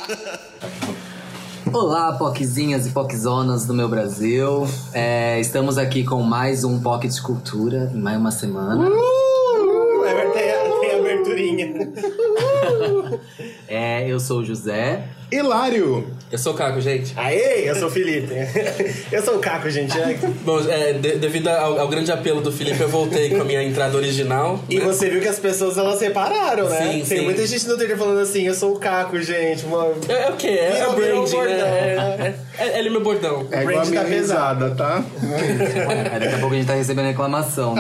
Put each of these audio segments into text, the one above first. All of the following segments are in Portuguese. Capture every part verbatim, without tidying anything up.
Olá, poquezinhas e poquezonas do meu Brasil. É, estamos aqui com mais um Poque de Cultura em mais uma semana. Uh, é, tem, a, tem a aberturinha. É, eu sou o José. Hilário! Eu sou o Caco, gente. Aê, eu sou o Felipe. Eu sou o Caco, gente. Bom, é, de, devido ao, ao grande apelo do Felipe, eu voltei com a minha entrada original. E né? Você viu que as pessoas, elas separaram, né? Sim, Tem sim. muita gente no Twitter falando assim, eu sou o Caco, gente. Uma... É, é o quê? É, é branding, né? É, é, é ele meu bordão. É igual a minha risada, tá? É, daqui a pouco a gente tá recebendo reclamação. Né?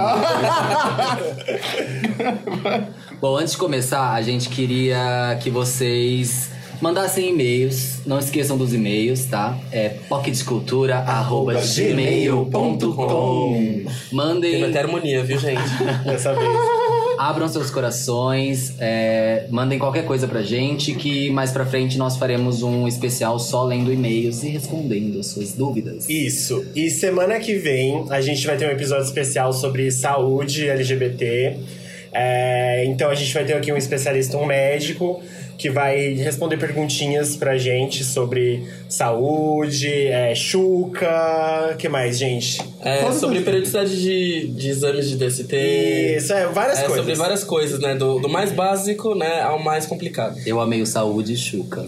Bom, antes de começar, a gente queria que vocês mandassem e-mails. Não esqueçam dos e-mails, tá? É pocketcultura arroba gmail ponto com. Mandem. Teve até harmonia, viu, gente? Dessa vez. Abram seus corações, é, mandem qualquer coisa pra gente, que mais pra frente nós faremos um especial só lendo e-mails e respondendo as suas dúvidas. Isso. E semana que vem a gente vai ter um episódio especial sobre saúde L G B T. É, então a gente vai ter aqui um especialista, um médico, que vai responder perguntinhas pra gente sobre saúde, é, chuca, o que mais, gente? É, sobre periodicidade de, de exames de D S T. Isso, é, várias é, coisas. Sobre várias coisas, né? Do, do mais básico, né, ao mais complicado. Eu amei o saúde e chuca.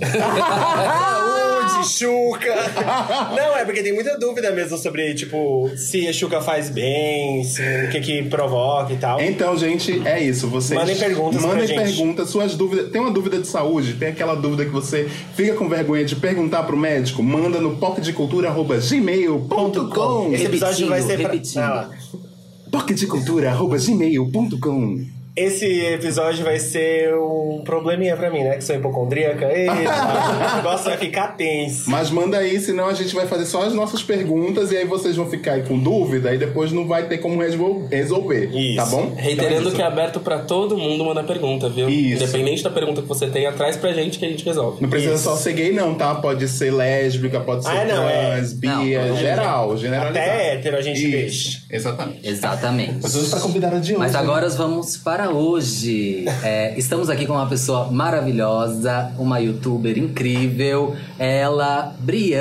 Saúde, chuca! Não, é porque tem muita dúvida mesmo sobre, tipo, se a chuca faz bem, se, o que que provoca e tal. Então, gente, é isso. Vocês mandem perguntas pra Mandem gente. perguntas, suas dúvidas. Tem uma dúvida de saúde? Tem aquela dúvida que você fica com vergonha de perguntar pro médico? Manda no pocketcultura arroba gmail ponto com. Esse episódio vai ser pra... repetindo. Ah, pocketcultura arroba gmail ponto com. esse episódio vai ser um probleminha pra mim, né? Que sou hipocondríaca. Eita, o negócio vai ficar tenso. Mas manda aí, senão a gente vai fazer só as nossas perguntas e aí vocês vão ficar aí com dúvida e depois não vai ter como resol- resolver. Isso. Tá bom? Reiterando Então, que é aberto pra todo mundo mandar pergunta, viu? Isso. Independente da pergunta que você tenha, traz pra gente que a gente resolve. não precisa Isso. só ser gay, não, tá? Pode ser lésbica, pode ser Ah, não, é. trans, bi, Não, é pode- geral, generalizado. Até hétero a gente Isso, deixa. exatamente. Exatamente. Mas hoje pra convidada de hoje. Mas né? agora vamos para hoje. É, estamos aqui com uma pessoa maravilhosa, uma youtuber incrível, ela,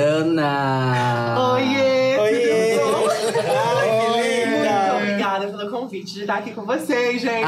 Briana. Oiê! Oiê! Tudo bom? Ai, que linda! Muito obrigada pelo convite de estar aqui com vocês, gente.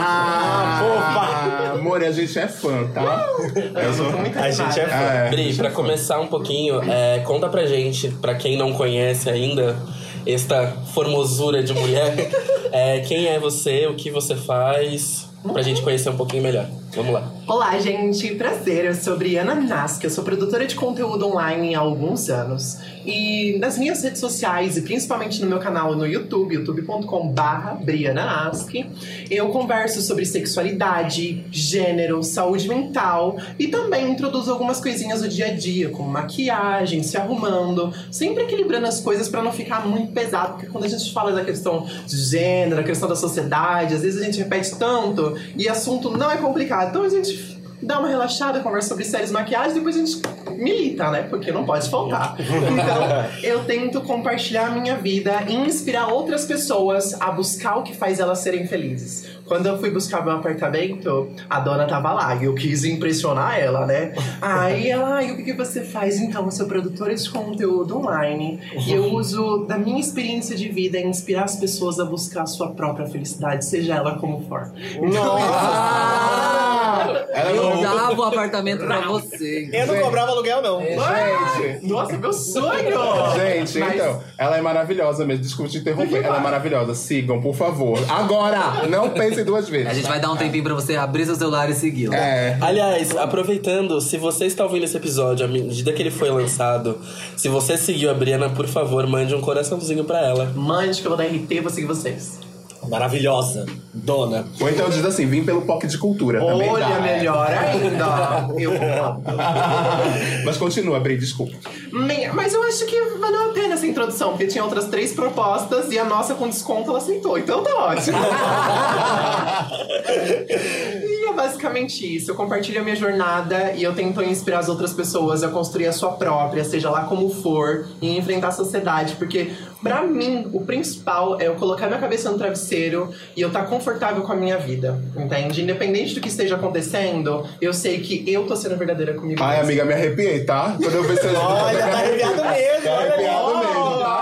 Ah, amor, a gente é fã, tá? eu sou muito A gente é animada. fã. É, Bri, pra começar um pouquinho, é, conta pra gente, pra quem não conhece ainda esta formosura de mulher, é, quem é você, o que você faz, pra gente conhecer um pouquinho melhor. Vamos lá. Olá, gente. Prazer. Eu sou Briana Nasc. Eu sou produtora de conteúdo online há alguns anos. E nas minhas redes sociais, e principalmente no meu canal no YouTube, youtube ponto com barra Briana Nasc, eu converso sobre sexualidade, gênero, saúde mental e também introduzo algumas coisinhas do dia a dia, como maquiagem, se arrumando, sempre equilibrando as coisas pra não ficar muito pesado, porque quando a gente fala da questão de gênero, a questão da sociedade, às vezes a gente repete tanto e assunto não é complicado. Então a gente dá uma relaxada, conversa sobre séries, maquiagem, depois a gente milita, né? Porque não pode faltar. Então, eu tento compartilhar a minha vida e inspirar outras pessoas a buscar o que faz elas serem felizes. Quando eu fui buscar meu apartamento, a dona tava lá e eu quis impressionar ela, né? Aí ela, ai, o que que você faz? Então, eu sou produtora de conteúdo online e eu uso da minha experiência de vida em inspirar as pessoas a buscar a sua própria felicidade, seja ela como for. Nossa! Ela Eu não... dava o apartamento pra você. Eu não cobrava aluguel, não. Gente, Nossa, meu sonho! gente, Mas- então, ela é maravilhosa mesmo. Desculpa te interromper. Ela é maravilhosa. Sigam, por favor. Agora! Não pensem duas vezes. A gente vai dar um tempinho pra você abrir seu celular e segui-la. É. Aliás, aproveitando, se você está ouvindo esse episódio, à medida que ele foi lançado, se você seguiu a Briana, por favor, mande um coraçãozinho pra ela. Mande que eu vou dar R T e vou seguir vocês. Maravilhosa. Dona. Ou então diz assim, vim pelo Pocket de Cultura. Também Olha, dá. melhor ainda. Eu vou. Mas continua, Bri, desculpa. Me- Mas eu acho que valeu a pena essa introdução, porque tinha outras três propostas e a nossa com desconto ela aceitou, então tá ótimo. E a basicamente isso. Eu compartilho a minha jornada e eu tento inspirar as outras pessoas a construir a sua própria, seja lá como for, e enfrentar a sociedade. Porque, pra mim, o principal é eu colocar minha cabeça no travesseiro e eu estar confortável com a minha vida, entende? Independente do que esteja acontecendo, eu sei que eu tô sendo verdadeira comigo. Ai, amiga, me arrepiei, tá? Quando eu pensei... Olha, tá arrepiado mesmo. Tá arrepiado olha mesmo, tá?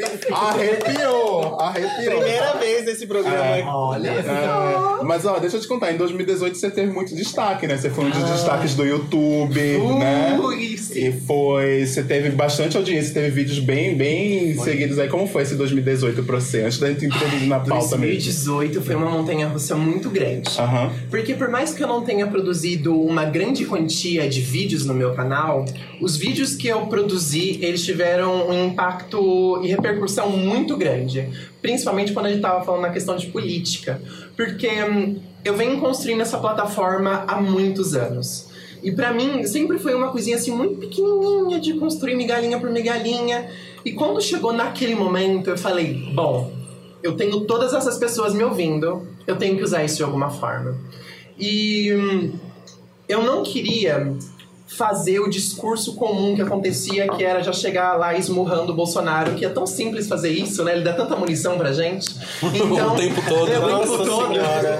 Arrepiou, arrepiou. Primeira vez nesse programa. É. Olha É, mas ó, deixa eu te contar, em dois mil e dezoito você teve muito destaque, né? Você foi um dos destaques do YouTube, Uh, né? isso. E foi. Você teve bastante audiência, teve vídeos bem, bem seguidos aí. Como foi esse dois mil e dezoito pra você? Antes da gente introduzir na pauta dois mil e mesmo. dezoito foi uma montanha-russa muito grande. Aham. Porque por mais que eu não tenha produzido uma grande quantia de vídeos no meu canal, os vídeos que eu produzi, eles tiveram um impacto e repercussão muito grande. Principalmente quando a gente tava falando na questão de política. Porque hum, eu venho construindo essa plataforma há muitos anos. E pra mim, sempre foi uma coisinha assim muito pequenininha de construir migalhinha por migalhinha. E quando chegou naquele momento, eu falei, bom, eu tenho todas essas pessoas me ouvindo, eu tenho que usar isso de alguma forma. E hum, eu não queria fazer o discurso comum que acontecia, que era já chegar lá esmurrando o Bolsonaro, que é tão simples fazer isso, né? Ele dá tanta munição pra gente. Então, O tempo todo. é, o tempo Nossa todo. Senhora.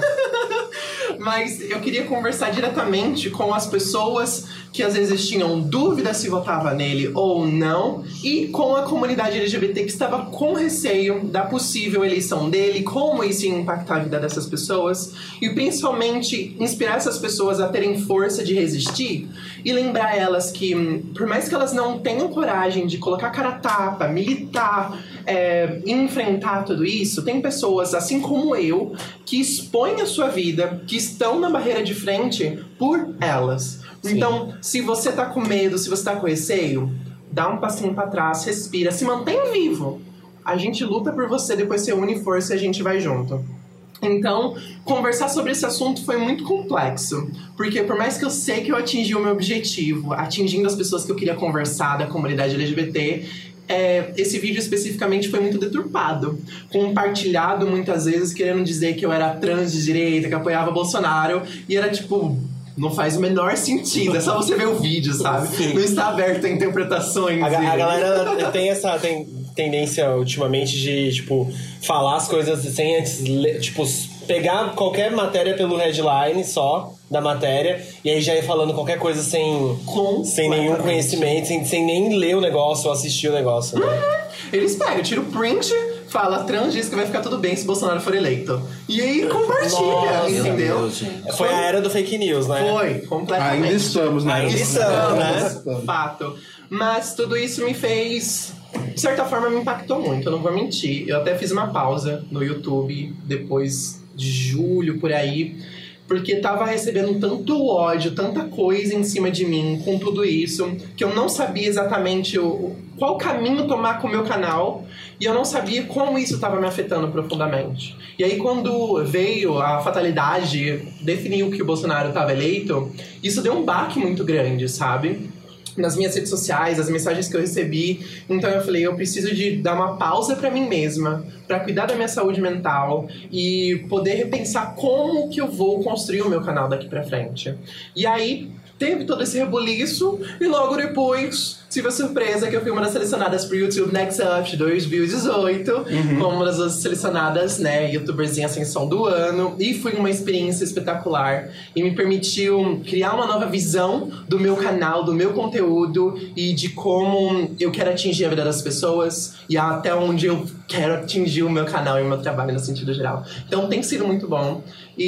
Mas eu queria conversar diretamente com as pessoas que às vezes tinham dúvida se votava nele ou não, e com a comunidade L G B T que estava com receio da possível eleição dele, como isso ia impactar a vida dessas pessoas, e principalmente inspirar essas pessoas a terem força de resistir e lembrar elas que, por mais que elas não tenham coragem de colocar cara a tapa, militar, é, enfrentar tudo isso, tem pessoas, assim como eu, que expõem a sua vida, que estão na barreira de frente por elas. Sim. Então, se você tá com medo, se você tá com receio, dá um passinho pra trás, respira, se mantém vivo. A gente luta por você, depois você une força e a gente vai junto. Então, conversar sobre esse assunto foi muito complexo. Porque por mais que eu sei que eu atingi o meu objetivo, atingindo as pessoas que eu queria conversar da comunidade L G B T, é, esse vídeo especificamente foi muito deturpado. Compartilhado muitas vezes, querendo dizer que eu era trans de direita, que apoiava Bolsonaro. E era tipo... Não faz o menor sentido, é só você ver o vídeo, sabe? Sim. Não está aberto a interpretações. A, ga- a e- galera tem essa tem, tendência ultimamente de, tipo, falar as coisas sem antes, ler, tipo, pegar qualquer matéria pelo headline só da matéria e aí já ir falando qualquer coisa sem, sem nenhum conhecimento, sem, sem nem ler o negócio ou assistir o negócio, né? Eles pegam, tira o print, fala trans, diz que vai ficar tudo bem se Bolsonaro for eleito. E aí compartilha, Nossa, Meu entendeu? Deus, gente. Foi a era do fake news, né? Foi, completamente. Ainda estamos, né? Ainda estamos, né? Estamos. Fato. Mas tudo isso me fez... De certa forma, me impactou muito, eu não vou mentir. Eu até fiz uma pausa no YouTube depois de julho, por aí. Porque tava recebendo tanto ódio, tanta coisa em cima de mim com tudo isso, que eu não sabia exatamente o, qual caminho tomar com o meu canal. E eu não sabia como isso estava me afetando profundamente. E aí, quando veio a fatalidade, definiu que o Bolsonaro estava eleito, isso deu um baque muito grande, sabe? Nas minhas redes sociais, as mensagens que eu recebi. Então eu falei, eu preciso de dar uma pausa pra mim mesma, pra cuidar da minha saúde mental e poder repensar como que eu vou construir o meu canal daqui pra frente. E aí teve todo esse rebuliço e logo depois tive a surpresa que eu fui uma das selecionadas pro YouTube Next Up de dois mil e dezoito, Uhum. como uma das selecionadas, né, youtubers em ascensão do ano, e foi uma experiência espetacular e me permitiu criar uma nova visão do meu canal, do meu conteúdo e de como eu quero atingir a vida das pessoas e até onde eu quero atingir o meu canal e o meu trabalho no sentido geral. Então tem sido muito bom.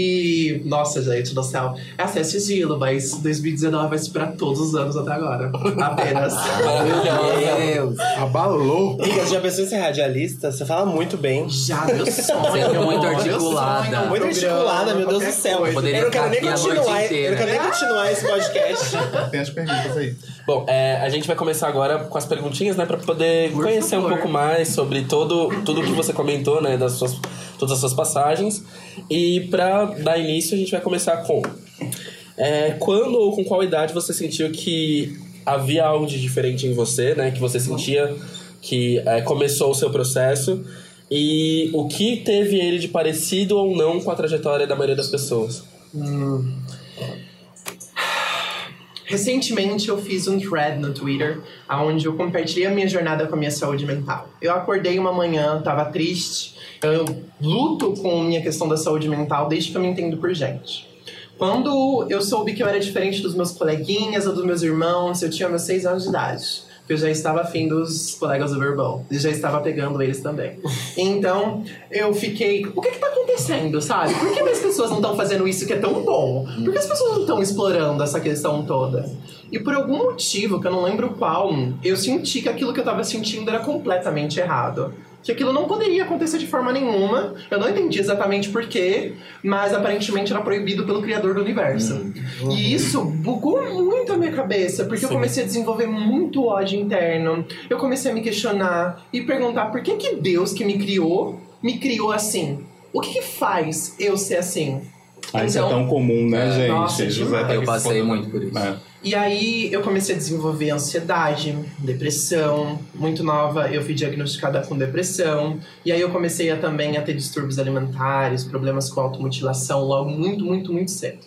E, nossa, gente do céu, essa é sigilo, mas dois mil e dezenove vai superar todos os anos até agora. Apenas. Meu Deus. Abalou. Amiga, você já pensou em ser radialista? Você fala muito bem. Já, meu sonho. Sempre muito meu articulada. sonho, Muito articulada, meu Deus do céu. qualquer Poderia Eu não quero nem ficar aqui a continuar, noite eu não quero nem continuar esse podcast. Tem as perguntas aí. Bom, é, a gente vai começar agora com as perguntinhas, né? Pra poder Por conhecer favor. um pouco mais sobre todo, tudo que você comentou, né? Das suas, todas as suas passagens. E pra dar início, a gente vai começar com... É, quando ou com qual idade você sentiu que havia algo de diferente em você, né? Que você sentia que é, começou o seu processo. E o que teve ele de parecido ou não com a trajetória da maioria das pessoas? Hum. Recentemente eu fiz um thread no Twitter, onde eu compartilhei a minha jornada com a minha saúde mental. Eu acordei uma manhã, tava triste. Eu luto com a minha questão da saúde mental desde que eu me entendo por gente. Quando eu soube que eu era diferente dos meus coleguinhas ou dos meus irmãos, eu tinha meus seis anos de idade. Eu já estava afim dos colegas do Verbal. E já estava pegando eles também. Então, eu fiquei... O que que tá acontecendo, sabe? Por que as pessoas não estão fazendo isso que é tão bom? Por que as pessoas não estão explorando essa questão toda? E por algum motivo, que eu não lembro qual, eu senti que aquilo que eu estava sentindo era completamente errado. Que aquilo não poderia acontecer de forma nenhuma. Eu não entendi exatamente porquê, mas aparentemente era proibido pelo criador do universo. Uhum. E isso bugou muito a minha cabeça, porque Sim. eu comecei a desenvolver muito ódio interno. Eu comecei a me questionar e perguntar por que que Deus que me criou, me criou assim? O que que faz eu ser assim? Ah, isso então, é tão comum, né, gente? Nossa, José tá eu passei muito por isso. É. E aí eu comecei a desenvolver ansiedade, depressão. Muito nova, eu fui diagnosticada com depressão. E aí eu comecei a, também a ter distúrbios alimentares, problemas com automutilação, logo muito, muito, muito cedo.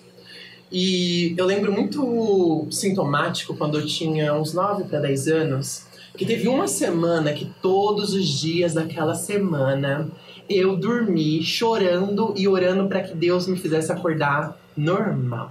E eu lembro muito sintomático quando eu tinha uns nove para dez anos, que teve uma semana que todos os dias daquela semana eu dormi chorando e orando para que Deus me fizesse acordar normal.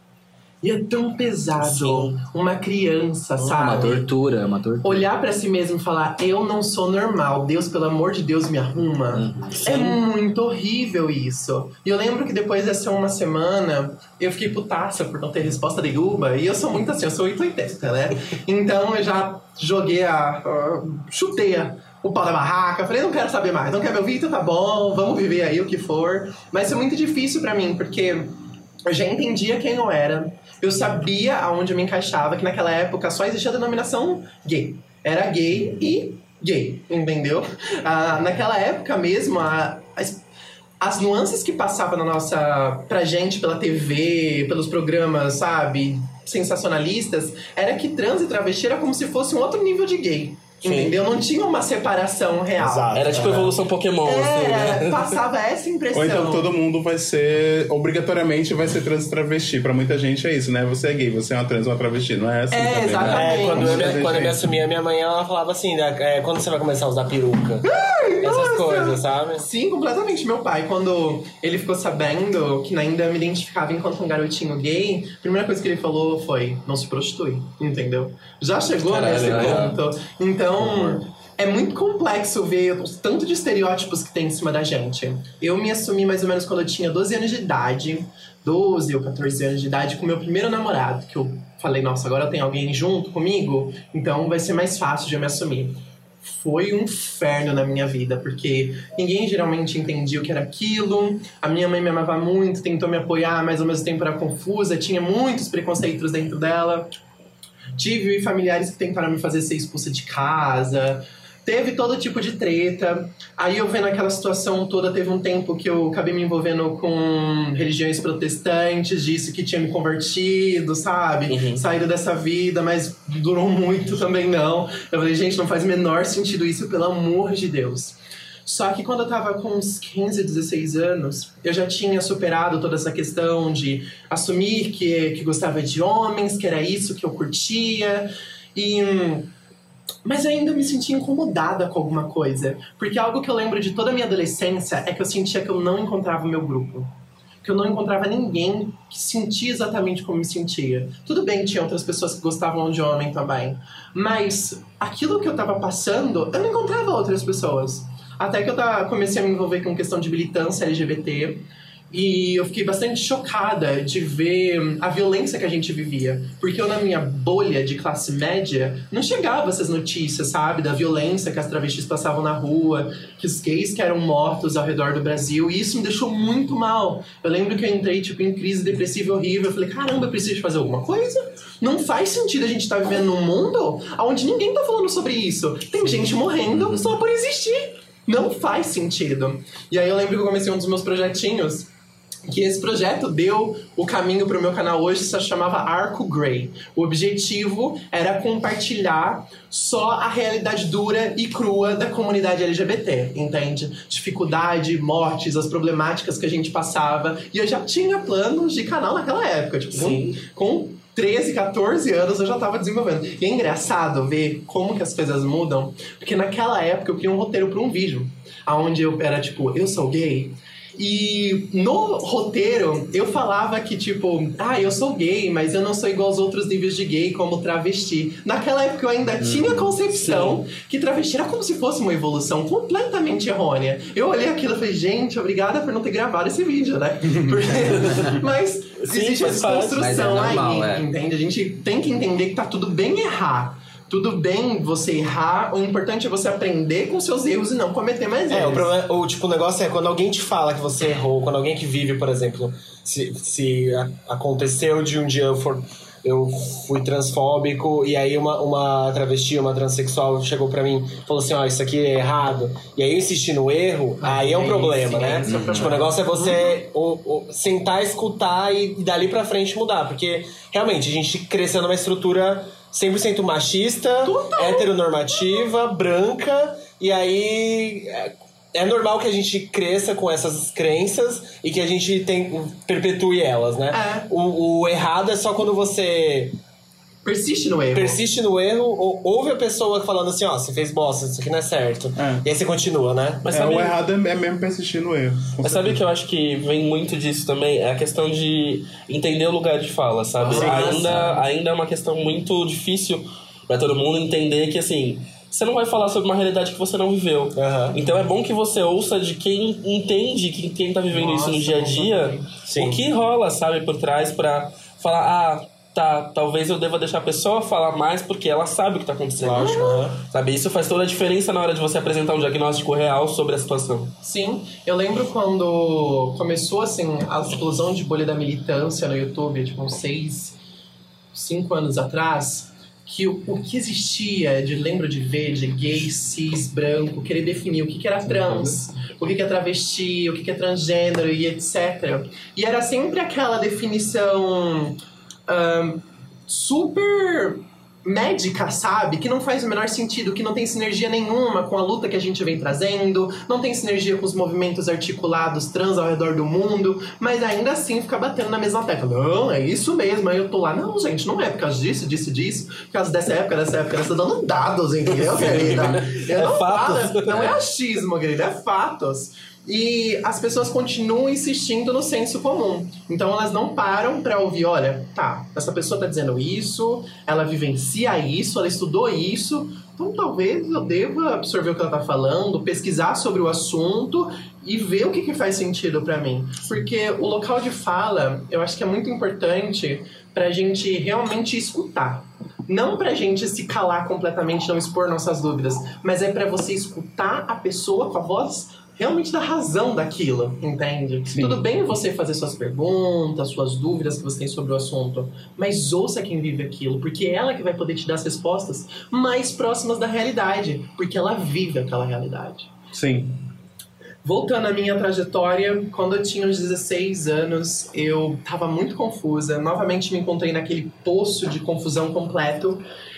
E é tão pesado. Sim. Uma criança, sabe? Uma tortura, uma tortura. Olhar pra si mesmo e falar, eu não sou normal. Deus, pelo amor de Deus, me arruma. Hum, é muito horrível isso. E eu lembro que depois dessa uma semana, eu fiquei putaça por não ter resposta nenhuma. E eu sou muito assim, eu sou oito oitenta, né? Então eu já joguei a... Uh, chutei a... o pau da barraca, falei, não quero saber mais, não quer me ouvir, então tá bom, vamos viver aí o que for. Mas foi muito difícil pra mim, porque eu já entendia quem eu era, eu sabia aonde eu me encaixava, que naquela época só existia a denominação gay. Era gay e gay, entendeu? Ah, naquela época mesmo, a, as, as nuances que passavam na nossa, pra gente pela T V, pelos programas, sabe, sensacionalistas, era que trans e travesti era como se fosse um outro nível de gay. Sim. Entendeu? Não tinha uma separação real. Exato. Era tipo evolução Pokémon, é, assim, né? Passava essa impressão. Ou então todo mundo vai ser, obrigatoriamente vai ser trans e travesti. Pra muita gente é isso, né? Você é gay, você é uma trans ou uma travesti. Não é assim é, também, exatamente. né? É, quando eu, me, quando eu me assumi, a minha mãe, ela falava assim, né? É, quando você vai começar a usar peruca? Ai, Essas nossa. coisas, sabe? Sim, completamente. Meu pai, quando ele ficou sabendo que ainda me identificava enquanto um garotinho gay, a primeira coisa que ele falou foi, não se prostitui, entendeu? Já chegou Caralho, nesse é. ponto. Então... é muito complexo ver o tanto de estereótipos que tem em cima da gente. Eu me assumi mais ou menos quando eu tinha doze anos de idade. doze ou catorze anos de idade, com meu primeiro namorado. Que eu falei, nossa, agora tem alguém junto comigo, então vai ser mais fácil de eu me assumir. Foi um inferno na minha vida, porque ninguém geralmente entendia o que era aquilo. A minha mãe me amava muito, tentou me apoiar, mas ao mesmo tempo era confusa. Tinha muitos preconceitos dentro dela. Tive familiares que tentaram me fazer ser expulsa de casa. Teve todo tipo de treta. Aí eu vendo aquela situação toda, teve um tempo que eu acabei me envolvendo com religiões protestantes, disse que tinha me convertido, sabe? Uhum. Saído dessa vida, mas durou muito também não. Eu falei, gente, não faz o menor sentido isso, pelo amor de Deus. Só que quando eu tava com uns quinze, dezesseis anos, eu já tinha superado toda essa questão de assumir que, que gostava de homens, que era isso que eu curtia. E... Hum, mas eu ainda me sentia incomodada com alguma coisa. Porque algo que eu lembro de toda a minha adolescência é que eu sentia que eu não encontrava o meu grupo. Que eu não encontrava ninguém que sentia exatamente como me sentia. Tudo bem, tinha outras pessoas que gostavam de homem também. Mas aquilo que eu tava passando, eu não encontrava outras pessoas. Até que eu tava, comecei a me envolver com questão de militância L G B T. E eu fiquei bastante chocada de ver a violência que a gente vivia. Porque eu, na minha bolha de classe média, não chegava essas notícias, sabe? Da violência que as travestis passavam na rua, que os gays que eram mortos ao redor do Brasil. E isso me deixou muito mal. Eu lembro que eu entrei, tipo, em crise depressiva horrível. Eu falei, caramba, eu preciso fazer alguma coisa? Não faz sentido a gente estar vivendo num mundo onde ninguém tá falando sobre isso. Tem gente morrendo só por existir. Não faz sentido. E aí eu lembro que eu comecei um dos meus projetinhos que esse projeto deu o caminho para o meu canal hoje, se chamava Arco Grey. O objetivo era compartilhar só a realidade dura e crua da comunidade L G B T, entende? Dificuldade, mortes, as problemáticas que a gente passava. E eu já tinha planos de canal naquela época, tipo, Sim. com, com treze, catorze anos eu já tava desenvolvendo. E é engraçado ver como que as coisas mudam, porque naquela época eu criei um roteiro para um vídeo, onde eu era tipo, eu sou gay. E no roteiro eu falava que tipo, ah, eu sou gay, mas eu não sou igual aos outros níveis de gay como travesti. Naquela época eu ainda tinha a concepção Sim. que travesti era como se fosse uma evolução completamente errônea. Eu olhei aquilo e falei, gente, obrigada por não ter gravado esse vídeo, né? Porque... mas Sim, existe essa construção é normal, aí, é. entende? A gente tem que entender que tá tudo bem errar. Tudo bem você errar, o importante é você aprender com seus erros e não cometer mais erros. É, o problema, o tipo, o negócio é quando alguém te fala que você errou, quando alguém que vive, por exemplo, se, se a, aconteceu de um dia eu, for, eu fui transfóbico e aí uma, uma travesti, uma transexual chegou pra mim e falou assim, ó, oh, isso aqui é errado, e aí eu insisti no erro, ah, aí é um é problema, sim, né? Uhum. Tipo, o negócio é você uhum. o, o, sentar, escutar e, e dali pra frente mudar, porque realmente a gente cresceu numa estrutura cem por cento machista, Total. heteronormativa, branca, e aí é, é normal que a gente cresça com essas crenças e que a gente tem, perpetue elas, né? É. O, o errado é só quando você persiste no erro. Persiste no erro, ou, ouve a pessoa falando assim, ó, você fez bosta, isso aqui não é certo. É. E aí você continua, né? Mas sabe, é, o errado é mesmo persistir no erro. Mas sabe o que eu acho que vem muito disso também? É a questão de entender o lugar de fala, sabe? Nossa. Ainda, ainda é uma questão muito difícil pra todo mundo entender que, assim, você não vai falar sobre uma realidade que você não viveu. Uhum. Então é bom que você ouça de quem entende, que quem tá vivendo Nossa, isso no dia a dia, o que rola, sabe, por trás pra falar, ah... Tá, talvez eu deva deixar a pessoa falar mais porque ela sabe o que tá acontecendo. Lógico, né? Sabe, isso faz toda a diferença na hora de você apresentar um diagnóstico real sobre a situação. Sim, eu lembro quando começou, assim, a explosão de bolha da militância no YouTube, tipo, uns seis, cinco anos atrás, que o, o que existia de, lembro de ver, de gay, cis, branco, querer definir o que, que era trans, o que, que é travesti, o que, que é transgênero e etcétera. E era sempre aquela definição... Um, super médica, sabe? Que não faz o menor sentido, que não tem sinergia nenhuma com a luta que a gente vem trazendo, não tem sinergia com os movimentos articulados trans ao redor do mundo, mas ainda assim fica batendo na mesma tecla. Não, é isso mesmo. Aí eu tô lá, não, gente, não é por causa disso, disso, disso, por causa dessa época, dessa época, você tá dando dados, entendeu, querida? Eu é não fatos. Falo, não é achismo, querida, é fatos. E as pessoas continuam insistindo no senso comum. Então elas não param pra ouvir, olha, tá, essa pessoa tá dizendo isso, ela vivencia isso, ela estudou isso, então talvez eu deva absorver o que ela tá falando, pesquisar sobre o assunto e ver o que, que faz sentido pra mim. Porque o local de fala, eu acho que é muito importante pra gente realmente escutar. Não pra gente se calar completamente, não expor nossas dúvidas, mas é pra você escutar a pessoa com a voz realmente da razão daquilo, entende? Sim. Tudo bem você fazer suas perguntas, suas dúvidas que você tem sobre o assunto, mas ouça quem vive aquilo, porque é ela que vai poder te dar as respostas mais próximas da realidade, porque ela vive aquela realidade. Sim. Voltando à minha trajetória, quando eu tinha uns dezesseis anos, eu tava muito confusa. Novamente me encontrei naquele poço de confusão completo.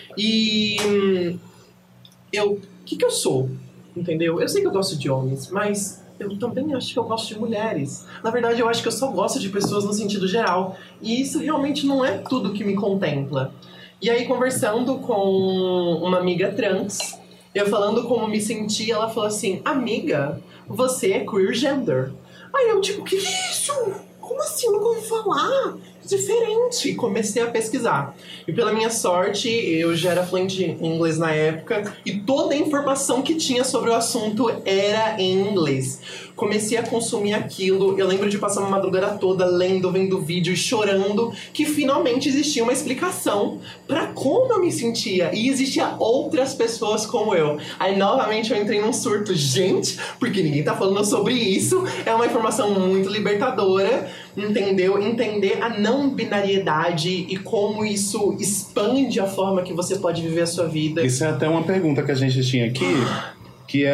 E hum, eu... O que que eu sou? Entendeu? Eu sei que eu gosto de homens, mas eu também acho que eu gosto de mulheres. Na verdade, eu acho que eu só gosto de pessoas no sentido geral. E isso realmente não é tudo que me contempla. E aí, conversando com uma amiga trans, eu falando como me senti, ela falou assim, amiga, você é queer gender. Aí eu tipo, que que é isso? Como assim? Nunca ouvi falar. Diferente. Comecei a pesquisar. E pela minha sorte, eu já era fluente em inglês na época e toda a informação que tinha sobre o assunto era em inglês. Comecei a consumir aquilo. Eu lembro de passar uma madrugada toda lendo, vendo vídeo e chorando que finalmente existia uma explicação pra como eu me sentia. E existia outras pessoas como eu. Aí novamente eu entrei num surto. Gente, porque ninguém tá falando sobre isso. É uma informação muito libertadora. Entendeu? Entender a não binariedade e como isso expande a forma que você pode viver a sua vida. Isso é até uma pergunta que a gente tinha aqui. que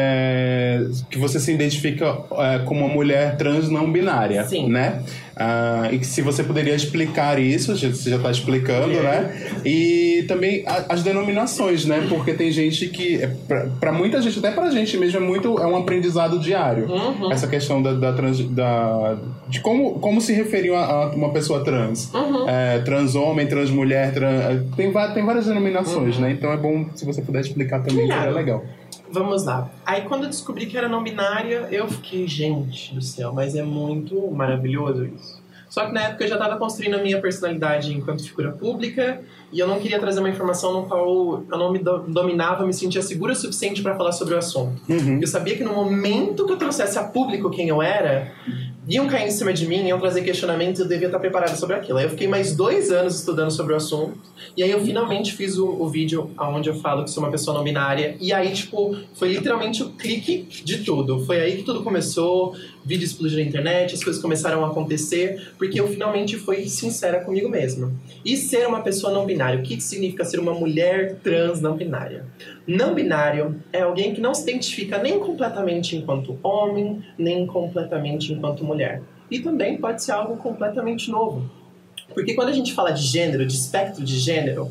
é que você se identifica é, como uma mulher trans não binária, Sim. né? Ah, e que se você poderia explicar isso, você já está explicando, né? E também a, as denominações, né? Porque tem gente que, é, para muita gente, até pra gente mesmo, é muito é um aprendizado diário. Uhum. Essa questão da, da, trans, da de como, como se referir a, a uma pessoa trans. Uhum. É, trans homem, trans mulher, trans, tem, tem várias denominações, Uhum. né? Então é bom se você puder explicar também, Claro. é legal. Vamos lá. Aí quando eu descobri que era não binária, eu fiquei, gente do céu, mas é muito maravilhoso isso. Só que na época eu já estava construindo a minha personalidade enquanto figura pública e eu não queria trazer uma informação no qual eu não me do- dominava, me sentia segura o suficiente para falar sobre o assunto. Uhum. Eu sabia que no momento que eu trouxesse a público quem eu era, iam cair em cima de mim, iam trazer questionamentos e eu devia estar preparado sobre aquilo. Aí eu fiquei mais dois anos estudando sobre o assunto e aí eu finalmente fiz o, o vídeo onde eu falo que sou uma pessoa não binária e aí, tipo, foi literalmente o clique de tudo. Foi aí que tudo começou, vídeo explodiu na internet, as coisas começaram a acontecer porque eu finalmente fui sincera comigo mesma. E ser uma pessoa não binária, o que significa ser uma mulher trans não binária? Não binário é alguém que não se identifica nem completamente enquanto homem, nem completamente enquanto mulher. E também pode ser algo completamente novo. Porque quando a gente fala de gênero, de espectro de gênero,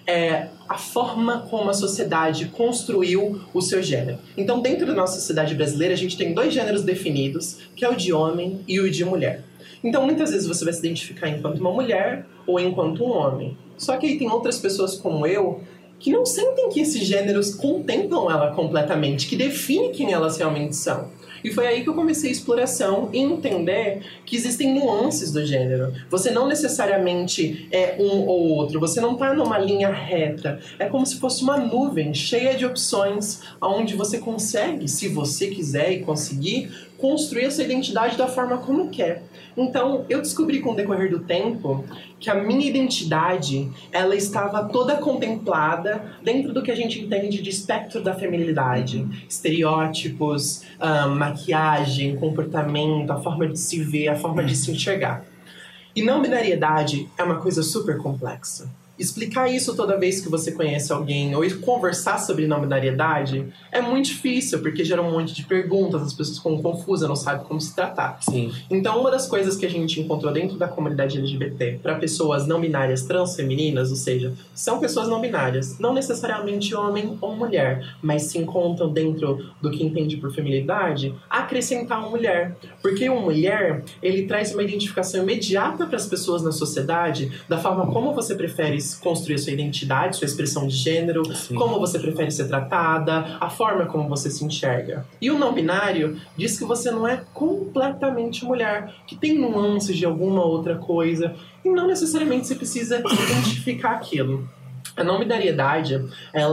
é a forma como a sociedade construiu o seu gênero. Então, dentro da nossa sociedade brasileira, a gente tem dois gêneros definidos, que é o de homem e o de mulher. Então, muitas vezes você vai se identificar enquanto uma mulher ou enquanto um homem. Só que aí tem outras pessoas como eu que não sentem que esses gêneros contemplam ela completamente, que definem quem elas realmente são. E foi aí que eu comecei a exploração e entender que existem nuances do gênero. Você não necessariamente é um ou outro, você não está numa linha reta. É como se fosse uma nuvem cheia de opções, onde você consegue, se você quiser e conseguir, construir a sua identidade da forma como quer. Então, eu descobri com o decorrer do tempo que a minha identidade, ela estava toda contemplada dentro do que a gente entende de espectro da feminilidade. Estereótipos, hum, maquiagem, comportamento, a forma de se ver, a forma de se enxergar. E não binariedade é uma coisa super complexa. Explicar isso toda vez que você conhece alguém ou conversar sobre não binariedade é muito difícil, porque gera um monte de perguntas, as pessoas ficam confusas, não sabem como se tratar. Sim. Então, uma das coisas que a gente encontrou dentro da comunidade L G B T para pessoas não binárias transfemininas, ou seja, são pessoas não binárias, não necessariamente homem ou mulher, mas se encontram dentro do que entende por feminilidade, acrescentar uma mulher. Porque uma mulher, ele traz uma identificação imediata para as pessoas na sociedade da forma como você prefere construir a sua identidade, sua expressão de gênero, Sim. como você prefere ser tratada, a forma como você se enxerga. E o não binário diz que você não é completamente mulher, que tem nuances de alguma outra coisa, e não necessariamente você precisa identificar aquilo. A não binariedade,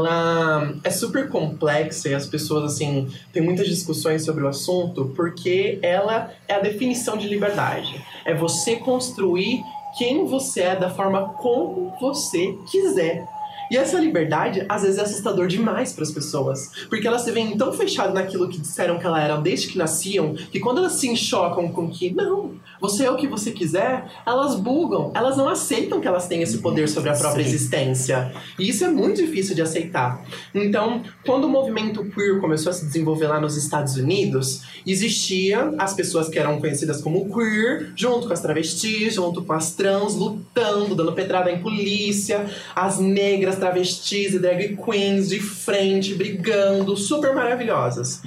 ela é super complexa e as pessoas, assim, têm muitas discussões sobre o assunto porque ela é a definição de liberdade. É você construir quem você é da forma como você quiser. E essa liberdade, às vezes, é assustador demais para as pessoas. Porque elas se veem tão fechadas naquilo que disseram que elas eram desde que nasciam, que quando elas se chocam com que, não, você é o que você quiser, elas bugam. Elas não aceitam que elas têm esse poder sobre a própria Sim. existência. E isso é muito difícil de aceitar. Então, quando o movimento queer começou a se desenvolver lá nos Estados Unidos, existia as pessoas que eram conhecidas como queer, junto com as travestis, junto com as trans, lutando, dando pedrada em polícia, as negras, travestis e drag queens de frente, brigando, super maravilhosas.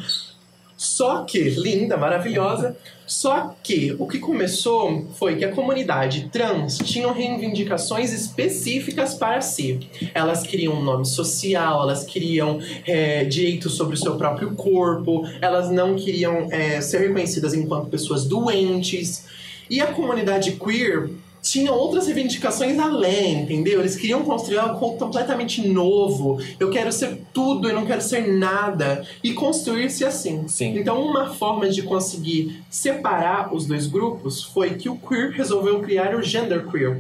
Só que, linda, maravilhosa, só que o que começou foi que a comunidade trans tinha reivindicações específicas para si. Elas queriam um nome social, elas queriam é, direitos sobre o seu próprio corpo, elas não queriam é, ser reconhecidas enquanto pessoas doentes. E a comunidade queer tinha outras reivindicações além, entendeu? Eles queriam construir algo completamente novo. Eu quero ser tudo e não quero ser nada. E construir-se assim. Sim. Então, uma forma de conseguir separar os dois grupos foi que o queer resolveu criar o genderqueer.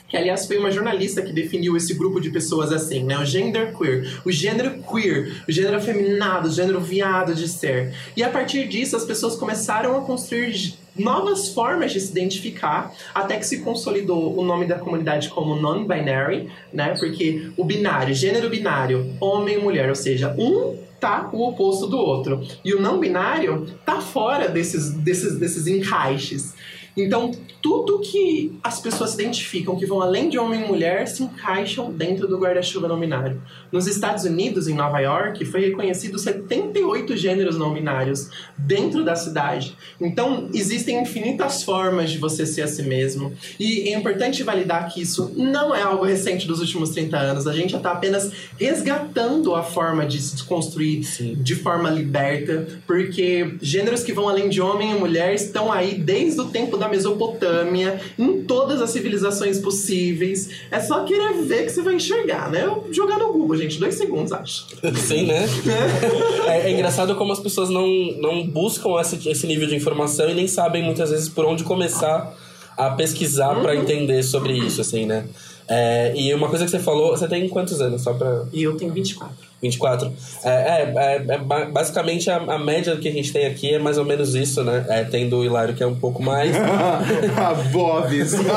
que aliás foi uma jornalista que definiu esse grupo de pessoas assim, né? O gender queer, o gênero queer, o gênero afeminado, o gênero viado de ser. E a partir disso as pessoas começaram a construir novas formas de se identificar, até que se consolidou o nome da comunidade como non-binary, né? Porque o binário, gênero binário, homem e mulher, ou seja, um tá o oposto do outro. E o não binário tá fora desses, desses, desses encaixes. Então, tudo que as pessoas se identificam, que vão além de homem e mulher, se encaixam dentro do guarda-chuva não binário. Nos Estados Unidos, em Nova York, foi reconhecido setenta e oito gêneros não binários dentro da cidade. Então, existem infinitas formas de você ser a si mesmo. E é importante validar que isso não é algo recente dos últimos trinta anos. A gente já está apenas resgatando a forma de se construir Sim. de forma liberta, porque gêneros que vão além de homem e mulher estão aí desde o tempo da Mesopotâmia, em todas as civilizações possíveis. É só querer ver que você vai enxergar, né? Eu jogar no Google, gente, dois segundos, acho. Sim, né? É, é engraçado como as pessoas não, não buscam esse, esse nível de informação e nem sabem muitas vezes por onde começar a pesquisar uhum. pra entender sobre isso, assim, né? É, e uma coisa que você falou, você tem quantos anos? Só pra... E eu tenho vinte e quatro. vinte e quatro. É, é, é, é basicamente a, a média que a gente tem aqui é mais ou menos isso, né? É, tendo o Hilário que é um pouco mais. Bobs. E o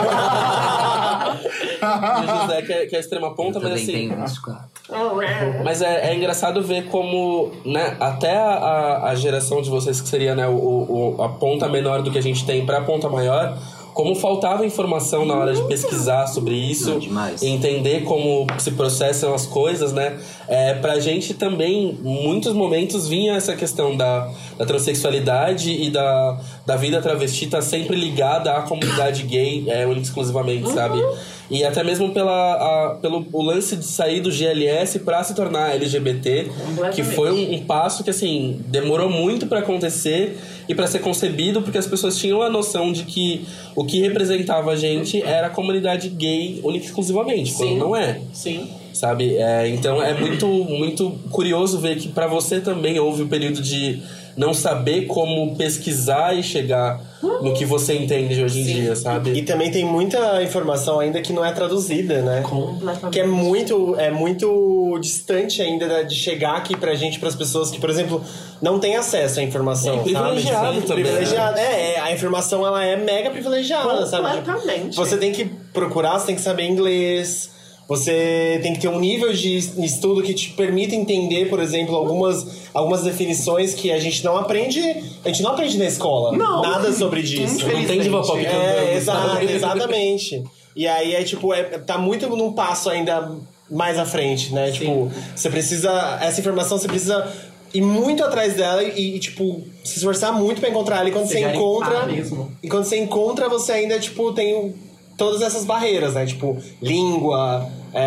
José que é, que é a extrema ponta, eu mas também assim. tenho vinte e quatro. Mas é, é engraçado ver como, né, até a, a geração de vocês, que seria, né, o, o, a ponta menor do que a gente tem pra ponta maior. Como faltava informação na hora de pesquisar sobre isso, Não, entender como se processam as coisas, né? É, pra gente também, em muitos momentos, vinha essa questão da, da transexualidade e da, da vida travesti tá sempre ligada à comunidade gay, é, exclusivamente, uhum. sabe? E até mesmo pela, a, pelo o lance de sair do G L S pra se tornar L G B T, que foi um, um passo que, assim, demorou muito pra acontecer e pra ser concebido, porque as pessoas tinham a noção de que o que representava a gente era a comunidade gay única e exclusivamente, quando não é. Sim. Sabe? É, então é muito, muito curioso ver que pra você também houve um período de não saber como pesquisar e chegar no que você entende hoje em Sim. dia, sabe? E também tem muita informação ainda que não é traduzida, né? Completamente. Que é muito, é muito distante ainda de chegar aqui pra gente, pras pessoas que, por exemplo, não têm acesso à informação, é privilegiado sabe? também. Privilegiado, é, é, a informação ela é mega privilegiada, sabe? Completamente. Você tem que procurar, você tem que saber inglês. Você tem que ter um nível de estudo que te permita entender, por exemplo, algumas, algumas definições que a gente não aprende. A gente não aprende na escola. Não. Nada sobre disso. Não tem diva pop cantando. É, exa- exatamente. E aí é tipo, é, tá muito num passo ainda mais à frente, né? Sim. Tipo, você precisa. Essa informação você precisa ir muito atrás dela e, e tipo, se esforçar muito pra encontrar ela. E quando você, você encontra. Mesmo. E quando você encontra, você ainda, tipo, tem todas essas barreiras, né? Tipo, língua.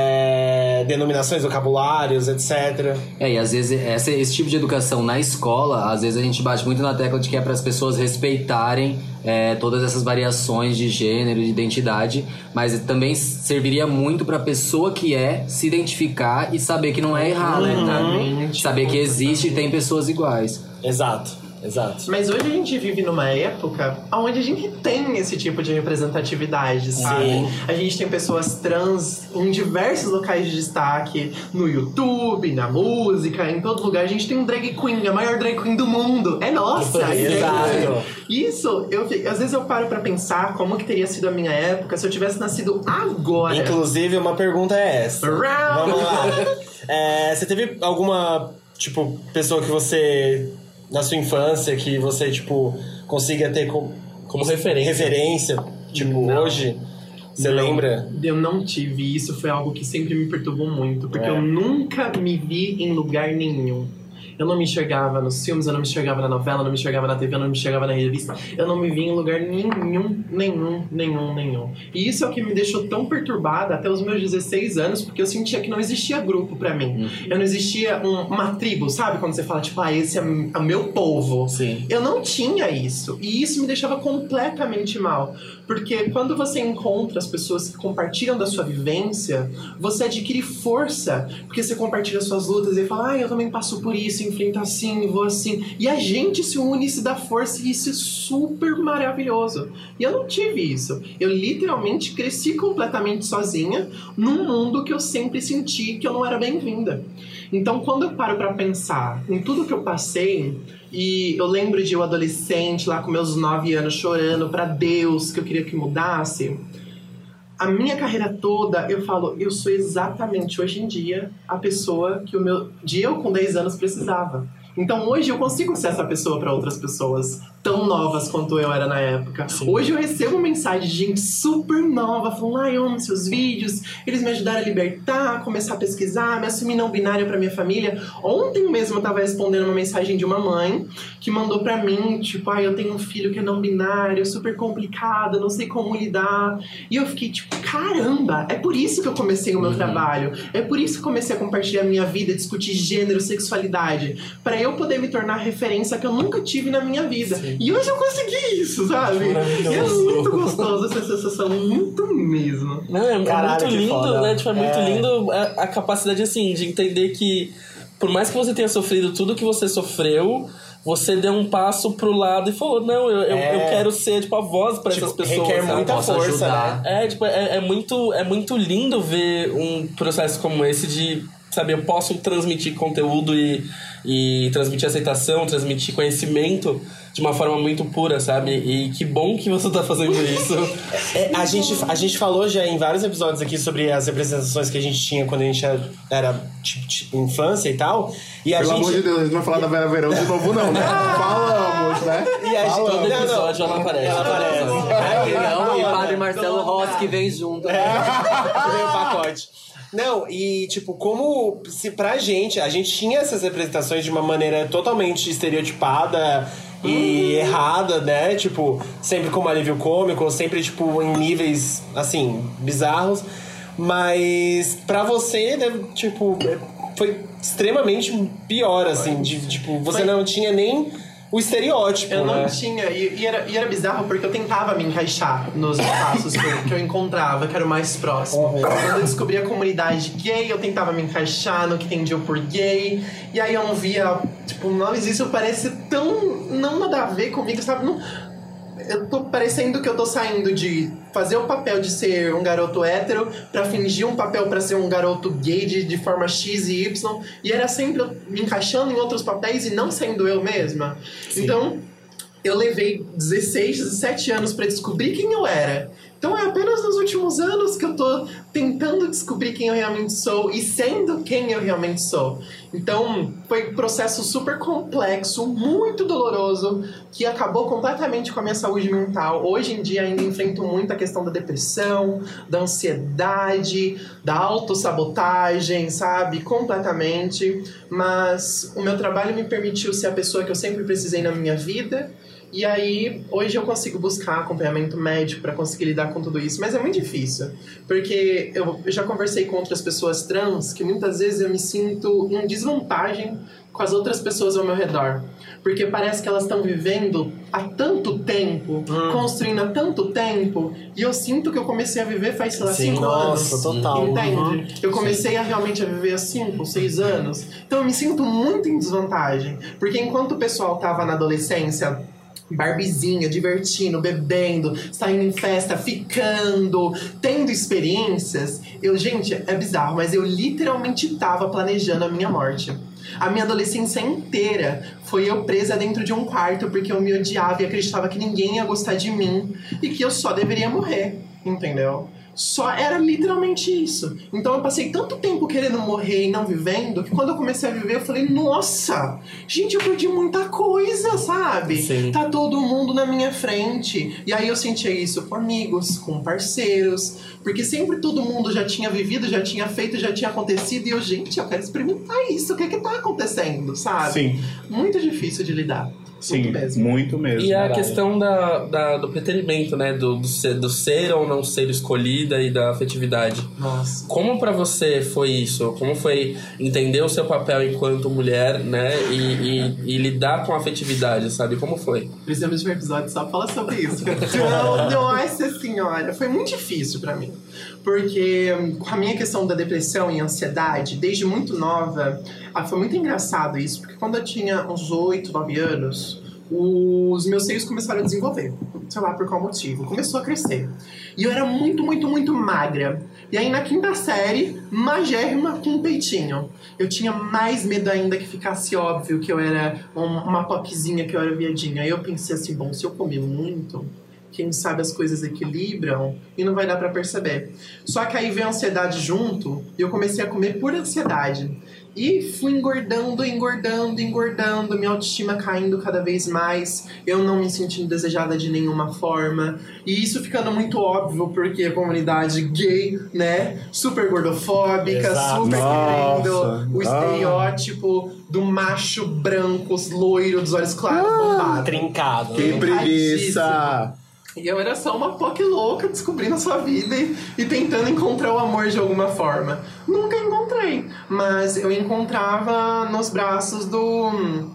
É, denominações, vocabulários, etcétera. É, e às vezes essa, esse tipo de educação na escola, às vezes a gente bate muito na tecla de que é para as pessoas respeitarem é, todas essas variações de gênero, de identidade, mas também serviria muito para a pessoa que é se identificar e saber que não é errar, uhum. né? Saber que existe e tem pessoas iguais. Exato. Exato. Mas hoje a gente vive numa época onde a gente tem esse tipo de representatividade, sabe? Sim. A gente tem pessoas trans em diversos locais de destaque, no YouTube, na música, em todo lugar. A gente tem um drag queen, a maior drag queen do mundo. É nossa! Exato. Isso, eu, às vezes eu paro pra pensar como que teria sido a minha época se eu tivesse nascido agora. Inclusive, uma pergunta é essa. Round. Vamos lá. É, você teve alguma, tipo, pessoa que você... na sua infância, que você, tipo, consiga ter como, como referência. referência, tipo, não. hoje, você não, lembra? Eu não tive isso, foi algo que sempre me perturbou muito, porque é. eu nunca me vi em lugar nenhum. Eu não me enxergava nos filmes, eu não me enxergava na novela, eu não me enxergava na T V, eu não me enxergava na revista. Eu não me vi em lugar nenhum, nenhum, nenhum, nenhum. E isso é o que me deixou tão perturbada até os meus dezesseis anos, porque eu sentia que não existia grupo pra mim. Uhum. Eu não existia um, uma tribo, sabe? Quando você fala, tipo, ah, esse é o meu povo. Sim. Eu não tinha isso. E isso me deixava completamente mal. Porque quando você encontra as pessoas que compartilham da sua vivência, você adquire força, porque você compartilha suas lutas e fala, ah, eu também passo por isso. se enfrenta assim, vou assim. E a gente se une, se dá força, e isso é super maravilhoso. E eu não tive isso. Eu literalmente cresci completamente sozinha num mundo que eu sempre senti que eu não era bem-vinda. Então, quando eu paro pra pensar em tudo que eu passei, e eu lembro de eu adolescente lá com meus nove anos chorando pra Deus que eu queria que mudasse, a minha carreira toda, eu falo, eu sou exatamente hoje em dia a pessoa que o meu, de eu com dez anos precisava. Então hoje eu consigo ser essa pessoa para outras pessoas tão novas quanto eu era na época. Sim. Hoje eu recebo mensagem de gente super nova falando, ai, eu amo seus vídeos, eles me ajudaram a libertar, a começar a pesquisar, me assumir não binária pra minha família. Ontem mesmo eu tava respondendo uma mensagem de uma mãe que mandou pra mim, tipo, ai, eu tenho um filho que é não binário, super complicado, não sei como lidar. E eu fiquei tipo, caramba, é por isso que eu comecei o meu uhum. trabalho, é por isso que eu comecei a compartilhar a minha vida, discutir gênero, sexualidade, pra eu poder me tornar referência que eu nunca tive na minha vida. Sim. E hoje eu consegui isso, sabe? E é muito gostoso essa sensação, muito mesmo. Não, é, Caralho, é muito lindo, foda. né? Tipo, é, é muito lindo a, a capacidade, assim, de entender que por mais que você tenha sofrido tudo que você sofreu, você deu um passo pro lado e falou, não, eu, é. eu, eu quero ser, tipo, a voz pra tipo, essas pessoas. Requer sabe? muita Posso força, ajudar. né? É, tipo, é, é, muito, é muito lindo ver um processo como esse de, sabe, eu posso transmitir conteúdo e, e transmitir aceitação, transmitir conhecimento de uma forma muito pura, sabe? E que bom que você tá fazendo isso. É, a, gente, a gente falou já em vários episódios aqui sobre as representações que a gente tinha quando a gente era tipo, tipo, infância e tal. E a Pelo gente... amor de Deus, a gente não vai falar da Vera Verão de novo, não, né? Falamos, né? E a gente... Todo não, episódio não. ela aparece. Ela aparece. Não, e Padre Marcelo Rossi que vem junto. É, veio o pacote. Não, e tipo, como se pra gente, a gente tinha essas representações de uma maneira totalmente estereotipada e errada, né? Tipo, sempre como alívio cômico, sempre, tipo, em níveis, assim, bizarros. Mas pra você, né, tipo, foi extremamente pior, assim. De, tipo, você foi... não tinha nem o estereótipo, eu né? não tinha, e, e, era, e era bizarro porque eu tentava me encaixar nos espaços que eu, que eu encontrava, que era o mais próximo. Uhum. Quando eu descobri a comunidade gay, eu tentava me encaixar no que entendia por gay, e aí eu não via, tipo, não, isso parece tão não nada a ver comigo, sabe? Não, eu tô parecendo que eu tô saindo de fazer o papel de ser um garoto hétero pra fingir um papel pra ser um garoto gay de, de forma X e Y. E era sempre me encaixando em outros papéis e não sendo eu mesma. Sim. Então, eu levei dezesseis, dezessete anos pra descobrir quem eu era. Então é apenas nos últimos anos que eu tô tentando descobrir quem eu realmente sou e sendo quem eu realmente sou. Então foi um processo super complexo, muito doloroso, que acabou completamente com a minha saúde mental. Hoje em dia ainda enfrento muito a questão da depressão, da ansiedade, da autossabotagem, sabe? Completamente. Mas o meu trabalho me permitiu ser a pessoa que eu sempre precisei na minha vida. E aí, hoje eu consigo buscar acompanhamento médico para conseguir lidar com tudo isso. Mas é muito difícil. Porque eu já conversei com outras pessoas trans que muitas vezes eu me sinto em desvantagem com as outras pessoas ao meu redor. Porque parece que elas estão vivendo há tanto tempo, hum. construindo há tanto tempo, e eu sinto que eu comecei a viver faz, sei lá, Sim, cinco nossa, anos. Total. Entende? Uhum. Eu comecei a realmente a viver há cinco, seis anos. Então eu me sinto muito em desvantagem. Porque enquanto o pessoal tava na adolescência barbizinha, divertindo, bebendo, saindo em festa, ficando, tendo experiências, eu, gente, é bizarro, mas eu literalmente tava planejando a minha morte. A minha adolescência inteira foi eu presa dentro de um quarto porque eu me odiava e acreditava que ninguém ia gostar de mim e que eu só deveria morrer, entendeu? Só era literalmente isso. Então eu passei tanto tempo querendo morrer e não vivendo, que quando eu comecei a viver eu falei, nossa, gente, eu perdi muita coisa, sabe? Sim. Tá todo mundo na minha frente. E aí eu sentia isso com amigos, com parceiros, porque sempre todo mundo já tinha vivido, já tinha feito, já tinha acontecido, e eu, gente, eu quero experimentar isso, o que é que tá acontecendo, sabe? Sim. Muito difícil de lidar. Sim, muito mesmo. Muito mesmo. E a Caralho. questão da, da, do preterimento, né? Do, do, ser, do ser ou não ser escolhida e da afetividade. Nossa. Como pra você foi isso? Como foi entender o seu papel enquanto mulher, né? E, e, e lidar com a afetividade, sabe? Como foi? Precisamos de um episódio só pra falar sobre isso. Não, nossa senhora. Foi muito difícil pra mim. Porque com a minha questão da depressão e ansiedade, desde muito nova, Ah, foi muito engraçado isso, porque quando eu tinha uns oito, nove anos, os meus seios começaram a desenvolver. Sei lá por qual motivo. Começou a crescer. E eu era muito, muito, muito magra. E aí na quinta série, magérrima com um peitinho. Eu tinha mais medo ainda que ficasse óbvio que eu era um, uma popzinha, que eu era viadinha. Aí eu pensei assim, bom, se eu comer muito, quem sabe as coisas equilibram e não vai dar pra perceber. Só que aí veio a ansiedade junto e eu comecei a comer por ansiedade. E fui engordando, engordando, engordando, minha autoestima caindo cada vez mais, eu não me sentindo desejada de nenhuma forma. E isso ficando muito óbvio, porque a comunidade gay, né, super gordofóbica, Exato. super Nossa. querendo o Ah. estereótipo do macho branco, loiro, dos olhos claros, bombado. Trincado. Que né? preguiça! E eu era só uma P O C louca, descobrindo a sua vida e, e tentando encontrar o amor de alguma forma. Nunca encontrei, mas eu encontrava nos braços do...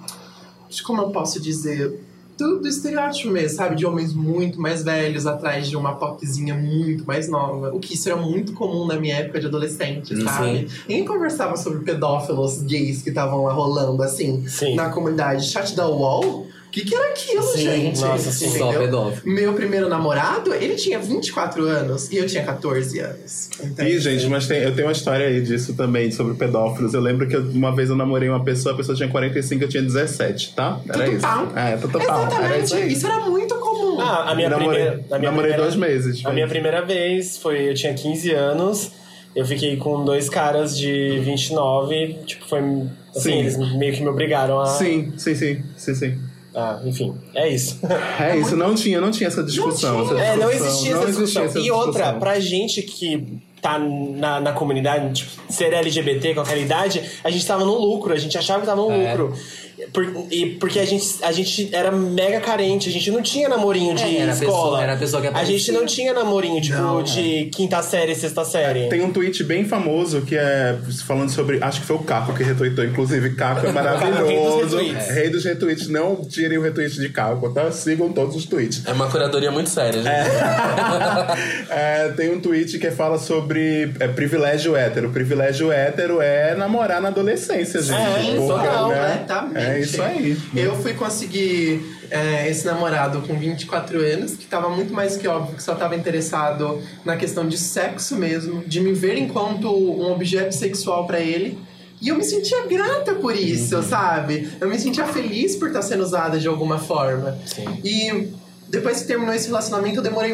de como eu posso dizer? Do, do estereótipo mesmo, sabe? De homens muito mais velhos atrás de uma POCzinha muito mais nova. O que isso era muito comum na minha época de adolescente, Sim. sabe? Ninguém conversava sobre pedófilos gays que estavam lá rolando, assim, Sim. na comunidade. Chat da U O L? O que, que era aquilo, Sim, gente? nossa, sim. Só Entendeu? pedófilo. Meu primeiro namorado, ele tinha vinte e quatro anos e eu tinha catorze anos. Então, Ih, gente, mas tem, eu tenho uma história aí disso também, sobre pedófilos. Eu lembro que eu- uma vez eu namorei uma pessoa, a pessoa tinha quarenta e cinco, eu tinha dezessete, tá? Era Tudo isso. pau. É, tudo pau. Era Exatamente, isso aí. isso era muito comum. Ah, a minha namorei, primeira... A minha namorei primeira, dois meses. A foi. minha primeira vez foi... Eu tinha quinze anos. Eu fiquei com dois caras de vinte e nove. Tipo, foi... Assim, Sim. eles meio que me obrigaram a... Sim, sim, sim, sim, sim. Ah, enfim. É isso. É isso, não tinha, não tinha essa discussão. Não tinha. essa É, não discussão, existia não essa discussão. existia essa E outra, discussão. pra gente que tá na, na comunidade, tipo, ser L G B T com aquela idade, a gente tava no lucro, a gente achava que tava no É. lucro. Por, e porque a gente, a gente era mega carente, a gente não tinha namorinho de É, era a escola. pessoa- era a pessoa que a aparecia. gente não tinha namorinho, tipo, Não, de quinta série, sexta série. Tem um tweet bem famoso que é falando sobre. Acho que foi o Caco que retweetou. Inclusive, Caco é maravilhoso. Rei dos retweets. Rei dos retweets. Não tirem o retweet de Caco, tá? Sigam todos os tweets. É uma curadoria muito séria, gente. É, tem um tweet que fala sobre é, privilégio hétero. Privilégio hétero é namorar na adolescência, gente. É, Porque, total, né? completamente. É isso aí. Eu fui conseguir é, esse namorado com vinte e quatro anos, que tava muito mais que óbvio que só tava interessado na questão de sexo mesmo, de me ver enquanto um objeto sexual pra ele. E eu me sentia grata por isso, sabe? Eu me sentia feliz por estar sendo usada de alguma forma. Sim. E depois que terminou esse relacionamento, eu demorei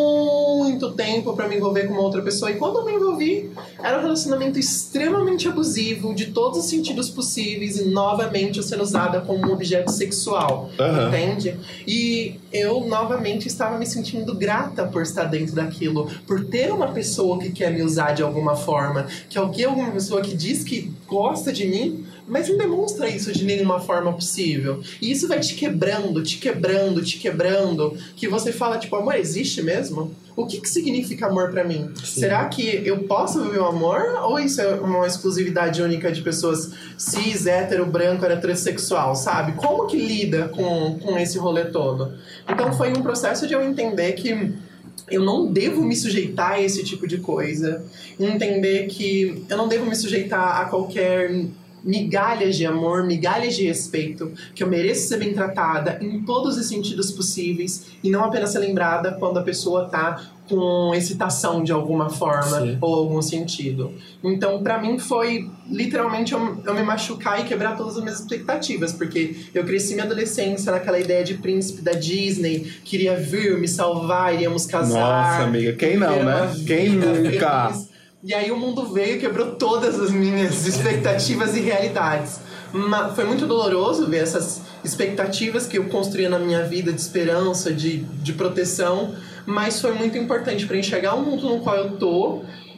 muito tempo pra me envolver com uma outra pessoa. E quando eu me envolvi, era um relacionamento extremamente abusivo, de todos os sentidos possíveis. E novamente eu sendo usada como um objeto sexual, Aham. entende? E eu novamente estava me sentindo grata por estar dentro daquilo. Por ter uma pessoa que quer me usar de alguma forma. Que alguém, alguma pessoa que diz que gosta de mim, mas não demonstra isso de nenhuma forma possível. E isso vai te quebrando, te quebrando, te quebrando. Que você fala, tipo, amor existe mesmo? O que que significa amor pra mim? Será que eu posso viver o amor? Ou isso é uma exclusividade única de pessoas cis, hétero, branco, heterossexual, sabe? Como que lida com, com esse rolê todo? Então foi um processo de eu entender que eu não devo me sujeitar a esse tipo de coisa. Entender que eu não devo me sujeitar a qualquer migalhas de amor, migalhas de respeito, que eu mereço ser bem tratada em todos os sentidos possíveis e não apenas ser lembrada quando a pessoa tá com excitação de alguma forma Sim. ou algum sentido. Então, pra mim, foi literalmente eu, eu me machucar e quebrar todas as minhas expectativas, porque eu cresci minha adolescência naquela ideia de príncipe da Disney, queria vir me salvar, iríamos casar. Nossa, amiga, quem não, viver né? uma Quem vida nunca? feliz. E aí o mundo veio e quebrou todas as minhas expectativas e realidades. Mas foi muito doloroso ver essas expectativas que eu construía na minha vida de esperança, de, de proteção. Mas foi muito importante para enxergar o mundo no qual eu tô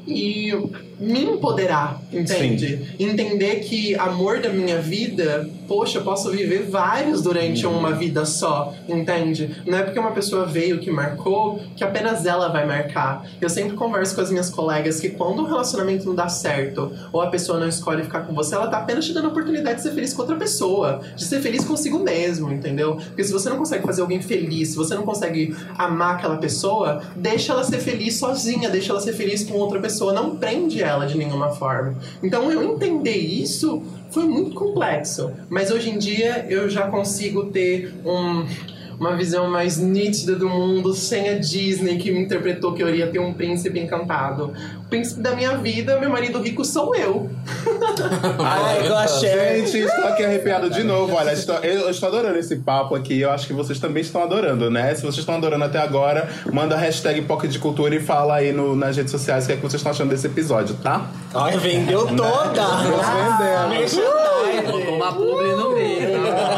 e me empoderar, entende? Entender que amor da minha vida, poxa, eu posso viver vários durante uma vida só, entende? Não é porque uma pessoa veio que marcou que apenas ela vai marcar. Eu sempre converso com as minhas colegas que quando um relacionamento não dá certo ou a pessoa não escolhe ficar com você, ela tá apenas te dando a oportunidade de ser feliz com outra pessoa, de ser feliz consigo mesmo, entendeu? Porque se você não consegue fazer alguém feliz, se você não consegue amar aquela pessoa, deixa ela ser feliz sozinha, deixa ela ser feliz com outra pessoa, não prende ela de nenhuma forma. Então eu entender isso foi muito complexo. Mas hoje em dia eu já consigo ter um... uma visão mais nítida do mundo, sem a Disney que me interpretou que eu iria ter um príncipe encantado. O príncipe da minha vida, meu marido rico, sou eu. Ai, eu achei. Gente, estou aqui arrepiado de novo. Olha, estou- eu estou adorando esse papo aqui. Eu acho que vocês também estão adorando, né? Se vocês estão adorando até agora, manda a hashtag Pocket de Cultura e fala aí no- nas redes sociais o que é que vocês estão achando desse episódio, tá? Ai, vendeu toda! Vamos vender. Colocou uma publi no meio.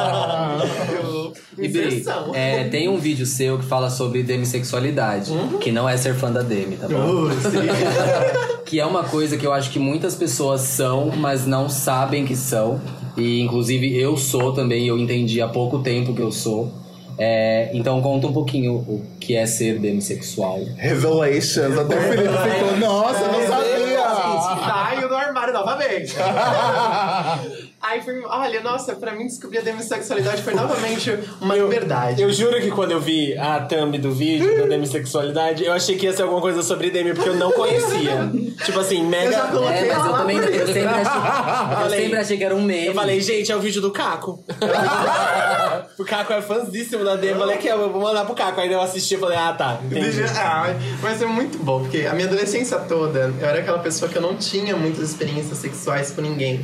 E Bri, Inserção. é, tem um vídeo seu que fala sobre demissexualidade, que não é ser fã da Demi, tá bom? Que é uma coisa que eu acho que muitas pessoas são, mas não sabem que são. E inclusive eu sou também, eu entendi há pouco tempo que eu sou. É, então conta um pouquinho o que é ser demissexual. Revelations. Até o Felipe ficou, nossa, eu não sabia! Saio do armário novamente. Aí foi, olha, nossa, pra mim descobrir a demissexualidade foi novamente uma liberdade. Eu juro que quando eu vi a thumb do vídeo da demissexualidade, eu achei que ia ser alguma coisa sobre Demi, porque eu não conhecia. Tipo assim, mega... Eu já coloquei É, mas eu lá também por eu isso. sempre, achei, eu falei- sempre achei que era um meme. Eu falei, gente, é o vídeo do Caco. O Caco é fãzíssimo da Demi. Eu falei, que eu vou mandar pro Caco. Aí eu assisti e falei, ah, tá, entendi. Ah, mas é muito bom, porque a minha adolescência toda, eu era aquela pessoa que eu não tinha muitas experiências sexuais com ninguém.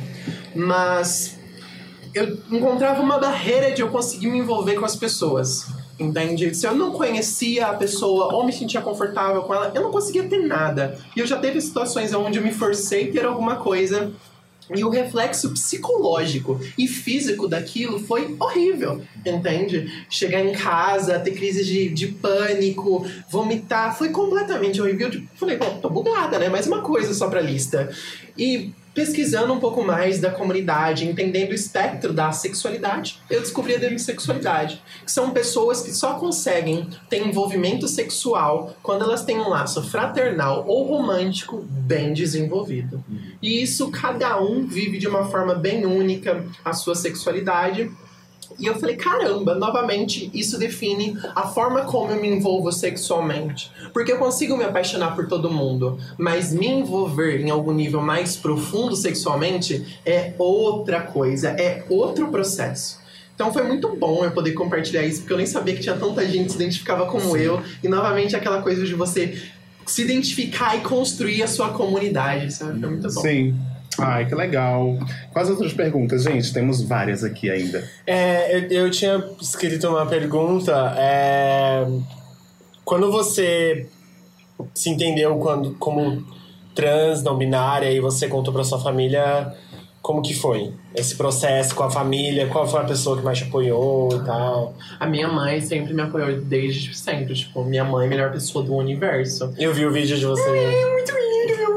Mas eu encontrava uma barreira de eu conseguir me envolver com as pessoas. Entende? Se eu não conhecia a pessoa ou me sentia confortável com ela, eu não conseguia ter nada. E eu já teve situações onde eu me forcei a ter alguma coisa. E o reflexo psicológico e físico daquilo foi horrível, entende? Chegar em casa, ter crise de, de pânico, vomitar, foi completamente horrível. Eu falei, bom, tô bugada, né? Mais uma coisa só pra lista. E pesquisando um pouco mais da comunidade, entendendo o espectro da sexualidade, eu descobri a demissexualidade, que são pessoas que só conseguem ter envolvimento sexual quando elas têm um laço fraternal ou romântico bem desenvolvido. E isso, cada um vive de uma forma bem única a sua sexualidade. E eu falei, caramba, novamente, isso define a forma como eu me envolvo sexualmente. Porque eu consigo me apaixonar por todo mundo, mas me envolver em algum nível mais profundo sexualmente é outra coisa, é outro processo. Então foi muito bom eu poder compartilhar isso, porque eu nem sabia que tinha tanta gente que se identificava como Sim. eu. E novamente aquela coisa de você se identificar e construir a sua comunidade, sabe? Foi muito bom. Sim. Ai, que legal. Quais outras perguntas, gente? Temos várias aqui ainda. É, eu, eu tinha escrito uma pergunta. É, quando você se entendeu quando, como trans, não binária, e você contou pra sua família, como que foi esse processo com a família? Qual foi a pessoa que mais te apoiou e tal? A minha mãe sempre me apoiou desde sempre. Tipo, minha mãe é a melhor pessoa do universo. Eu vi o vídeo de você. É muito lindo, meu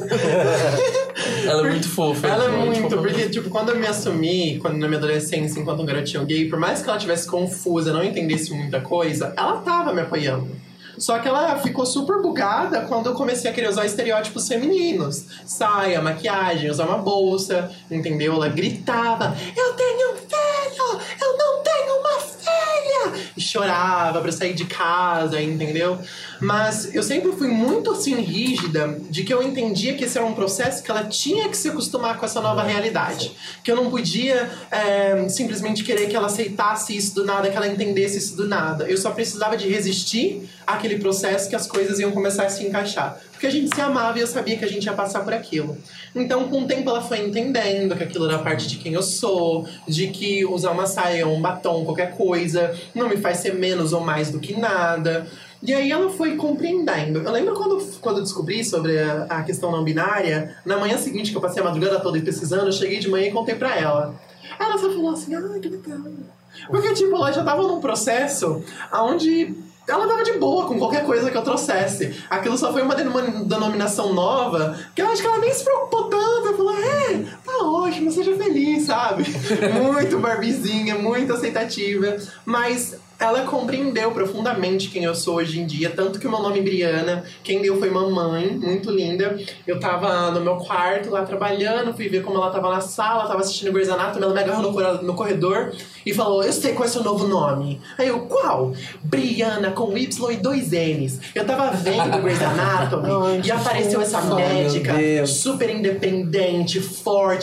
amor. Ela é muito fofa. Ela é muito muito, fofa. porque, tipo, quando eu me assumi, quando na minha adolescência, enquanto um garotinho gay, por mais que ela tivesse confusa, não entendesse muita coisa, ela tava me apoiando. Só que ela ficou super bugada quando eu comecei a querer usar estereótipos femininos. Saia, maquiagem, usar uma bolsa, entendeu? Ela gritava, eu tenho um filho, eu não tenho uma filha! E chorava pra sair de casa, entendeu? Mas eu sempre fui muito, assim, rígida de que eu entendia que esse era um processo que ela tinha que se acostumar com essa nova realidade. Que eu não podia é, simplesmente querer que ela aceitasse isso do nada, que ela entendesse isso do nada. Eu só precisava de resistir àquele processo que as coisas iam começar a se encaixar. Porque a gente se amava e eu sabia que a gente ia passar por aquilo. Então, com o tempo, ela foi entendendo que aquilo era parte de quem eu sou, de que usar uma saia, um batom, qualquer coisa, não me faz ser menos ou mais do que nada. E aí ela foi compreendendo. Eu lembro quando, quando eu descobri sobre a, a questão não binária, na manhã seguinte que eu passei a madrugada toda pesquisando, eu cheguei de manhã e contei pra ela. Ela só falou assim, ah, que legal. Porque, tipo, ela já tava num processo onde ela tava de boa com qualquer coisa que eu trouxesse. Aquilo só foi uma denominação nova, que eu acho que ela nem se preocupou tanto. Eu falei, é, tá ótimo, seja feliz, sabe? Muito barbizinha, muito aceitativa. Mas ela compreendeu profundamente quem eu sou hoje em dia. Tanto que o meu nome é Briana, quem deu foi mamãe, muito linda. Eu tava no meu quarto lá trabalhando, fui ver como ela tava na sala, tava assistindo Grey's Anatomy, ela me agarrou no, no corredor e falou, eu sei qual é o seu novo nome. Aí eu, qual? Briana, com Y e dois N's. Eu tava vendo Grey's Anatomy e apareceu essa médica super independente, forte,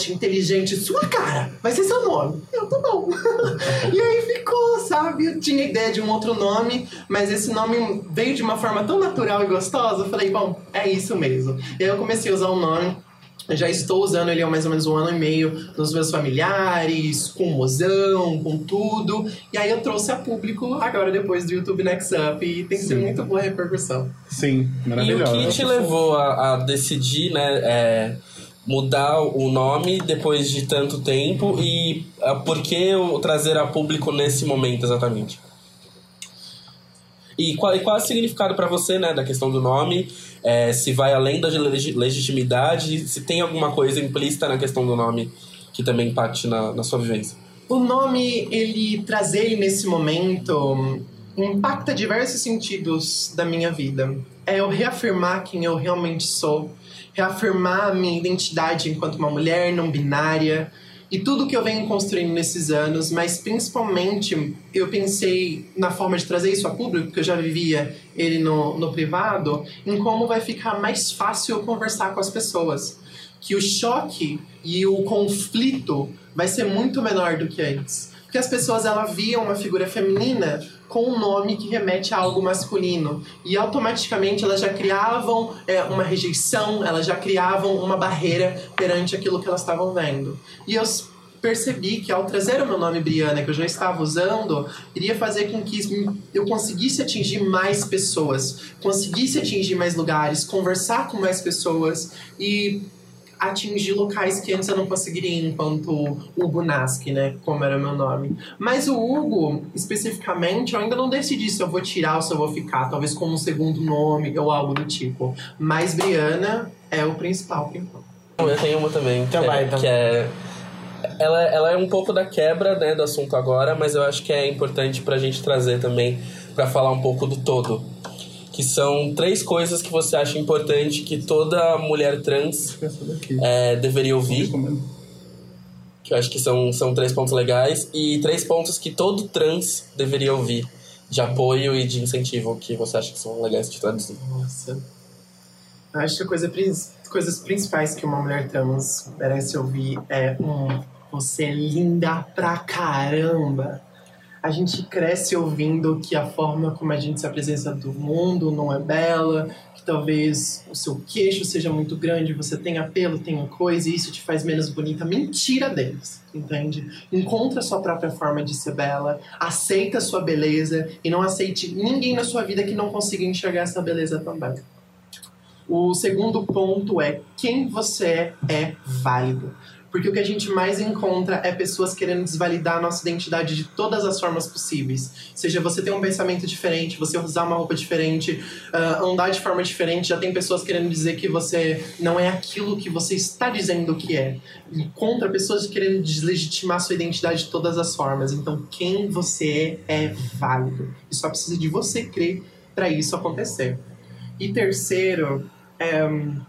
forte, inteligente, sua cara, vai ser seu nome. Eu, tá bom. E aí ficou, sabe? Eu tinha ideia de um outro nome, mas esse nome veio de uma forma tão natural e gostosa. Eu falei, bom, é isso mesmo. E aí eu comecei a usar o nome. Eu já estou usando ele há mais ou menos um ano e meio nos meus familiares, com mozão, com tudo. E aí eu trouxe a público agora depois do YouTube Next Up. E tem sido muito boa a repercussão. Sim, E maravilhoso. o que te levou a, a decidir, né, é, mudar o nome depois de tanto tempo? E a, por que o trazer a público nesse momento exatamente? E qual, e qual é o significado para você, né, da questão do nome? É, se vai além da leg- legitimidade, se tem alguma coisa implícita na questão do nome que também impacte na, na sua vivência? O nome, ele trazer ele nesse momento, impacta diversos sentidos da minha vida. É eu reafirmar quem eu realmente sou, reafirmar a minha identidade enquanto uma mulher não binária, e tudo que eu venho construindo nesses anos, mas principalmente eu pensei na forma de trazer isso a público, porque eu já vivia ele no, no privado, em como vai ficar mais fácil eu conversar com as pessoas. Que o choque e o conflito vai ser muito menor do que antes. Porque as pessoas elas viam uma figura feminina com um nome que remete a algo masculino. E automaticamente elas já criavam é, uma rejeição, elas já criavam uma barreira perante aquilo que elas estavam vendo. E eu percebi que ao trazer o meu nome Briana, que eu já estava usando, iria fazer com que eu conseguisse atingir mais pessoas, conseguisse atingir mais lugares, conversar com mais pessoas e atingir locais que antes eu não conseguiria enquanto Hugo Nasky, né, como era meu nome. Mas o Hugo, especificamente, eu ainda não decidi se eu vou tirar ou se eu vou ficar, talvez como um segundo nome ou algo do tipo. Mas Briana é o principal. Eu tenho uma também, que, Então vai, é, então. que é... Ela, ela é um pouco da quebra, né, do assunto agora, mas eu acho que é importante pra gente trazer também, pra falar um pouco do todo. Que são três coisas que você acha importante que toda mulher trans é, deveria ouvir. Que eu acho que são, são três pontos legais. E três pontos que todo trans deveria ouvir, de apoio e de incentivo, que você acha que são legais de traduzir. Nossa. Acho que a coisa, coisas principais que uma mulher trans merece ouvir é um, você é linda pra caramba. A gente cresce ouvindo que a forma como a gente se apresenta do mundo não é bela, que talvez o seu queixo seja muito grande, você tenha pelo, tenha coisa, e isso te faz menos bonita. Mentira deles, entende? Encontra a sua própria forma de ser bela, aceita a sua beleza e não aceite ninguém na sua vida que não consiga enxergar essa beleza também. O segundo ponto é quem você é, é válido. Porque o que a gente mais encontra é pessoas querendo desvalidar a nossa identidade de todas as formas possíveis. Seja você ter um pensamento diferente, você usar uma roupa diferente, uh, andar de forma diferente. Já tem pessoas querendo dizer que você não é aquilo que você está dizendo que é. Encontra pessoas querendo deslegitimar a sua identidade de todas as formas. Então, quem você é, é válido. E só precisa de você crer para isso acontecer. E terceiro, é...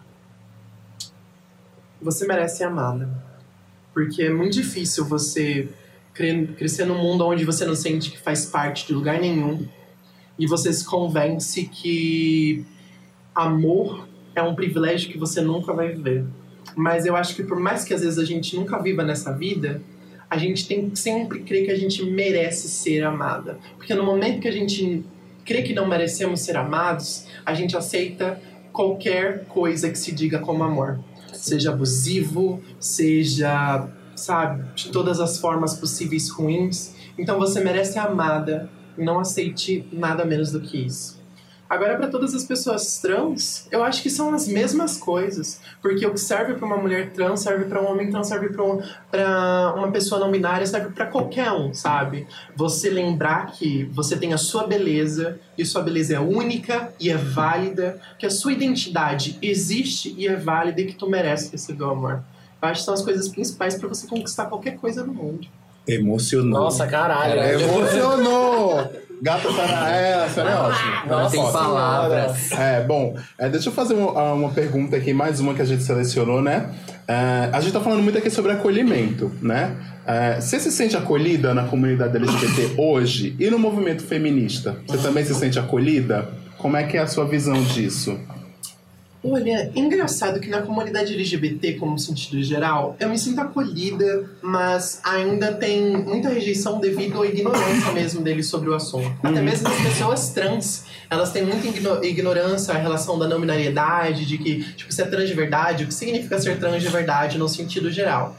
você merece ser amada. Porque é muito difícil você crescer num mundo onde você não sente que faz parte de lugar nenhum. E você se convence que amor é um privilégio que você nunca vai viver. Mas eu acho que por mais que às vezes a gente nunca viva nessa vida, a gente tem que sempre crer que a gente merece ser amada. Porque no momento que a gente crê que não merecemos ser amados, a gente aceita qualquer coisa que se diga como amor. Seja abusivo, seja, sabe, de todas as formas possíveis ruins. Então você merece ser amada, não aceite nada menos do que isso. Agora, para todas as pessoas trans, eu acho que são as mesmas coisas. Porque o que serve para uma mulher trans, serve para um homem trans, serve para um, uma pessoa não binária, serve para qualquer um, sabe? Você lembrar que você tem a sua beleza, e sua beleza é única e é válida, que a sua identidade existe e é válida e que tu merece receber o amor. Eu acho que são as coisas principais para você conquistar qualquer coisa no mundo. Emocionou. Nossa, caralho. Caralho. Emocionou! Gata Sara, é, essa é ótima. Não tem palavras. É, bom, é, deixa eu fazer uma, uma pergunta aqui, mais uma que a gente selecionou, né? É, a gente tá falando muito aqui sobre acolhimento, né? É, você se sente acolhida na comunidade L G B T hoje e no movimento feminista? Você também se sente acolhida? Como é que é a sua visão disso? Olha, engraçado que na comunidade L G B T, como sentido geral, eu me sinto acolhida, mas ainda tem muita rejeição devido à ignorância mesmo deles sobre o assunto. Até mesmo as pessoas trans, elas têm muita igno- ignorância em relação da não binariedade, de que, tipo, se é trans de verdade, o que significa ser trans de verdade no sentido geral.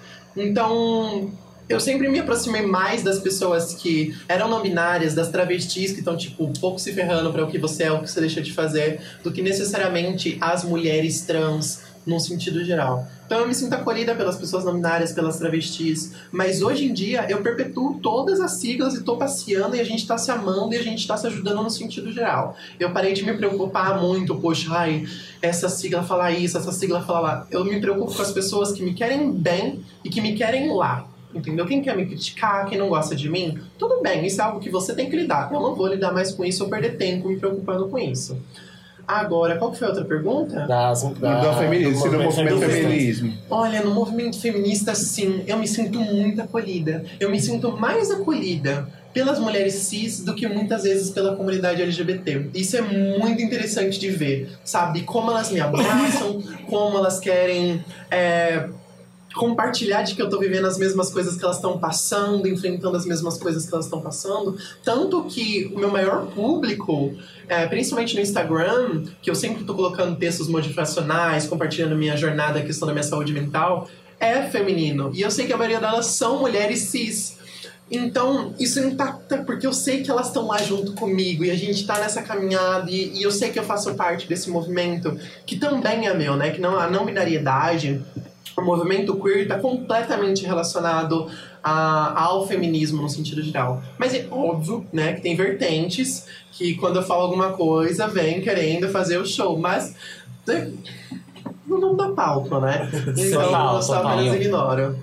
Então, eu sempre me aproximei mais das pessoas que eram não binárias, das travestis que estão, tipo, pouco se ferrando para o que você é, o que você deixa de fazer, do que necessariamente as mulheres trans, num sentido geral. Então eu me sinto acolhida pelas pessoas não binárias, pelas travestis, mas hoje em dia eu perpetuo todas as siglas e tô passeando e a gente tá se amando e a gente tá se ajudando no sentido geral. Eu parei de me preocupar muito, poxa, ai, essa sigla fala isso, essa sigla fala lá. Eu me preocupo com as pessoas que me querem bem e que me querem lá. Entendeu? Quem quer me criticar, quem não gosta de mim, tudo bem, isso é algo que você tem que lidar. Eu não vou lidar mais com isso ou perder tempo me preocupando com isso. Agora, qual que foi a outra pergunta? Das, da, do feminismo, do do movimento do feminismo. Olha, no movimento feminista, sim, eu me sinto muito acolhida. Eu me sinto mais acolhida pelas mulheres cis do que muitas vezes pela comunidade L G B T. Isso é muito interessante de ver, sabe? Como elas me abraçam, como elas querem... É, compartilhar de que eu tô vivendo as mesmas coisas que elas estão passando, enfrentando as mesmas coisas que elas estão passando. Tanto que o meu maior público, é, principalmente no Instagram, que eu sempre tô colocando textos motivacionais, compartilhando minha jornada, a questão da minha saúde mental, é feminino. E eu sei que a maioria delas são mulheres cis. Então, isso impacta porque eu sei que elas estão lá junto comigo e a gente tá nessa caminhada e, e eu sei que eu faço parte desse movimento, que também é meu, né? Que não, a não binariedade... O movimento queer está completamente relacionado a, ao feminismo no sentido geral. Mas é óbvio, né, que tem vertentes que quando eu falo alguma coisa, vem querendo fazer o show. Mas né, não dá palco, né? Então eu só apenas ignoro.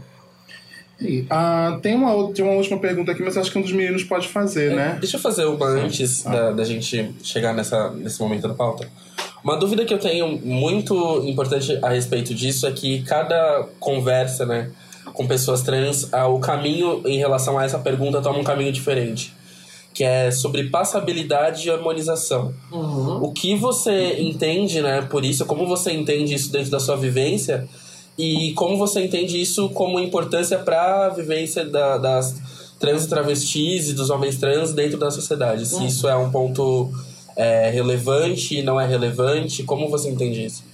E, ah, tem uma, outra- tem uma última pergunta aqui, mas acho que um dos meninos pode fazer, É, né? Deixa eu fazer uma antes da, da gente chegar nessa, nesse momento da pauta. Uma dúvida que eu tenho muito importante a respeito disso é que cada conversa, né, com pessoas trans, ah, o caminho em relação a essa pergunta toma um caminho diferente. Que é sobre passabilidade e harmonização. Uhum. O que você entende, né, por isso, como você entende isso dentro da sua vivência e como você entende isso como importância para a vivência da, das trans e travestis e dos homens trans dentro da sociedade. Se isso é um ponto é, relevante, não é relevante, como você entende isso?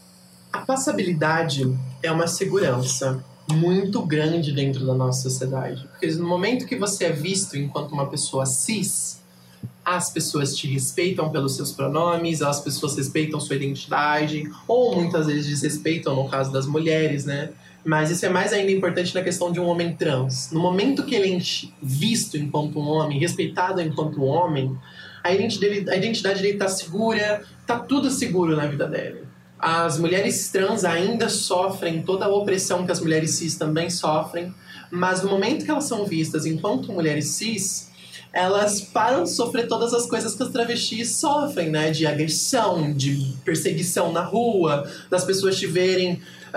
A passabilidade é uma segurança muito grande dentro da nossa sociedade. Porque no momento que você é visto enquanto uma pessoa cis, as pessoas te respeitam pelos seus pronomes, as pessoas respeitam sua identidade, ou muitas vezes desrespeitam no caso das mulheres, né? Mas isso é mais ainda importante na questão de um homem trans. No momento que ele é visto enquanto um homem, respeitado enquanto um homem, a identidade, a identidade dele tá segura, tá tudo seguro na vida dele. As mulheres trans ainda sofrem toda a opressão que as mulheres cis também sofrem, mas no momento que elas são vistas enquanto mulheres cis, elas param de sofrer todas as coisas que as travestis sofrem, né? De agressão, de perseguição na rua, das pessoas te verem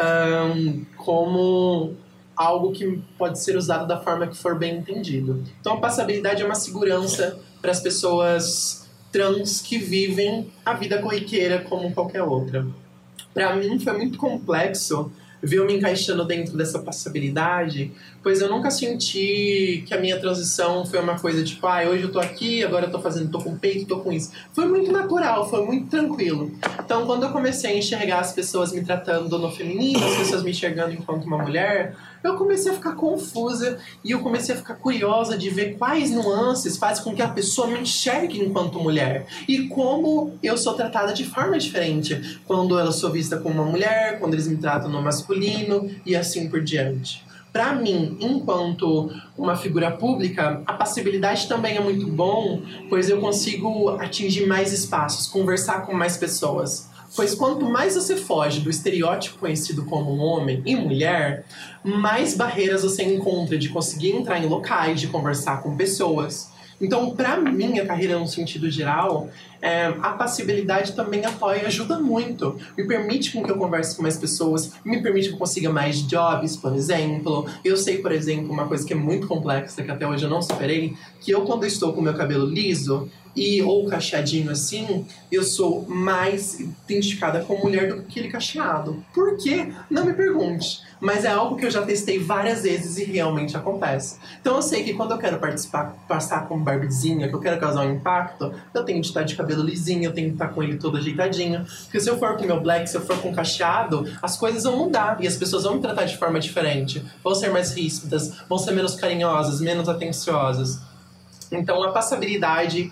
um, como algo que pode ser usado da forma que for bem entendido. Então a passabilidade é uma segurança para as pessoas trans que vivem a vida corriqueira como qualquer outra. Para mim foi muito complexo ver eu me encaixando dentro dessa passabilidade, pois eu nunca senti que a minha transição foi uma coisa tipo, ah, hoje eu tô aqui, agora eu tô fazendo, tô com peito, tô com isso. Foi muito natural, foi muito tranquilo. Então, quando eu comecei a enxergar as pessoas me tratando no feminino, as pessoas me enxergando enquanto uma mulher, eu comecei a ficar confusa e eu comecei a ficar curiosa de ver quais nuances fazem com que a pessoa me enxergue enquanto mulher e como eu sou tratada de forma diferente quando eu sou vista como uma mulher, quando eles me tratam no masculino e assim por diante. Para mim, enquanto uma figura pública, a passibilidade também é muito bom, pois eu consigo atingir mais espaços, conversar com mais pessoas. Pois quanto mais você foge do estereótipo conhecido como um homem e mulher, mais barreiras você encontra de conseguir entrar em locais, de conversar com pessoas. Então, pra minha carreira, no sentido geral, é, a passibilidade também apoia e ajuda muito. Me permite com que eu converse com mais pessoas, me permite que eu consiga mais jobs, por exemplo. Eu sei, por exemplo, uma coisa que é muito complexa, que até hoje eu não superei, que eu, quando eu estou com o meu cabelo liso, e ou cacheadinho assim, eu sou mais identificada como mulher do que aquele cacheado. Por quê? Não me pergunte. Mas é algo que eu já testei várias vezes e realmente acontece. Então eu sei que quando eu quero participar, passar como Barbiezinha, que eu quero causar um impacto, eu tenho de estar de cabelo lisinho, eu tenho de estar com ele todo ajeitadinho. Porque se eu for com o meu black, se eu for com cacheado, as coisas vão mudar e as pessoas vão me tratar de forma diferente. Vão ser mais ríspidas, vão ser menos carinhosas, menos atenciosas. Então a passabilidade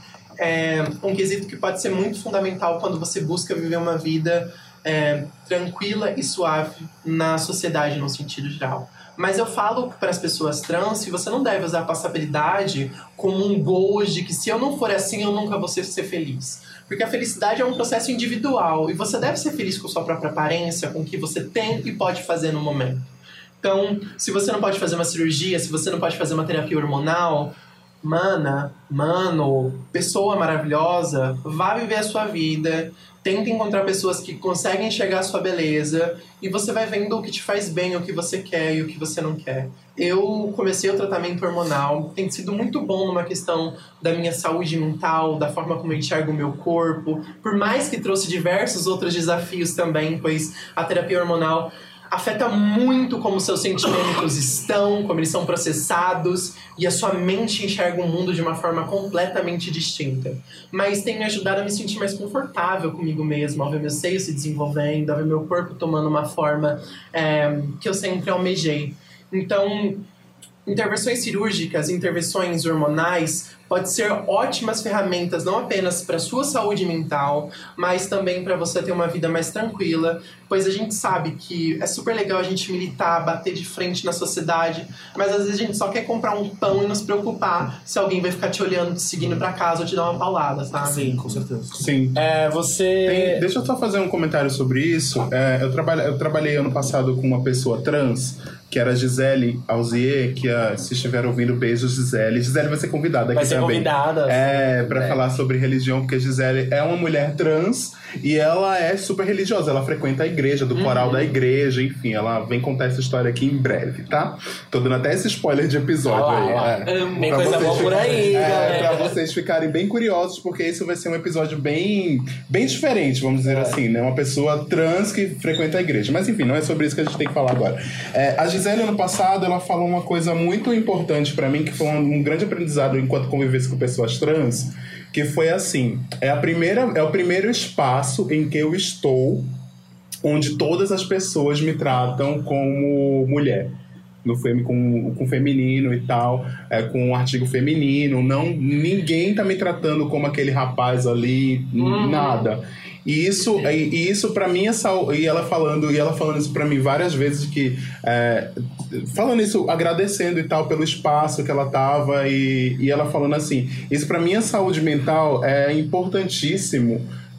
é um quesito que pode ser muito fundamental quando você busca viver uma vida é, tranquila e suave na sociedade, no sentido geral. Mas eu falo para as pessoas trans que você não deve usar a passabilidade como um goal de que se eu não for assim, eu nunca vou ser feliz. Porque a felicidade é um processo individual e você deve ser feliz com sua própria aparência, com o que você tem e pode fazer no momento. Então, se você não pode fazer uma cirurgia, se você não pode fazer uma terapia hormonal, mana, mano, pessoa maravilhosa, vá viver a sua vida, tenta encontrar pessoas que conseguem enxergar a sua beleza e você vai vendo o que te faz bem, o que você quer e o que você não quer. Eu comecei o tratamento hormonal, tem sido muito bom numa questão da minha saúde mental, da forma como eu enxergo o meu corpo, por mais que trouxe diversos outros desafios também, pois a terapia hormonal afeta muito como seus sentimentos estão, como eles são processados, e a sua mente enxerga o mundo de uma forma completamente distinta. Mas tem me ajudado a me sentir mais confortável comigo mesma, ao ver meu seio se desenvolvendo, ao ver meu corpo tomando uma forma é, que eu sempre almejei. Então, intervenções cirúrgicas, intervenções hormonais pode ser ótimas ferramentas não apenas para a sua saúde mental, mas também para você ter uma vida mais tranquila, pois a gente sabe que é super legal a gente militar, bater de frente na sociedade, mas às vezes a gente só quer comprar um pão e não se preocupar se alguém vai ficar te olhando, te seguindo para casa ou te dar uma paulada, sabe? Sim, com certeza. Sim. É, você... Tem- deixa eu só fazer um comentário sobre isso. É, eu, trabalha, eu trabalhei ano passado com uma pessoa trans, que era a Gisele Alzier, que a, se estiver ouvindo, beijo, Gisele. Gisele vai ser convidada aqui Vai ser também. convidada. É, pra É. falar sobre religião, porque a Gisele é uma mulher trans e ela é super religiosa. Ela frequenta a igreja, do coral da igreja, enfim. Ela vem contar essa história aqui em breve, tá? Tô dando até esse spoiler de episódio Ah lá, aí. lá. É. Tem Pra coisa vocês boa por aí, ficarem- é, galera. pra vocês ficarem bem curiosos, porque isso vai ser um episódio bem, bem diferente, vamos dizer É. assim, né? Uma pessoa trans que frequenta a igreja. Mas enfim, não é sobre isso que a gente tem que falar agora. É, a Gisele, ano passado, ela falou uma coisa muito importante pra mim, que foi um, um grande aprendizado enquanto convivesse com pessoas trans, que foi assim, é, a primeira, é o primeiro espaço em que eu estou onde todas as pessoas me tratam como mulher. No fem, com, com feminino e tal, é, com um artigo feminino. Não, ninguém tá me tratando como aquele rapaz ali, Uhum. nada. E isso, e, e isso para mim é sal, e ela falando, e ela falando isso para mim várias vezes, que é, falando isso, agradecendo e tal pelo espaço que ela tava, e, e ela falando assim, isso para mim a saúde mental é importantíssimo,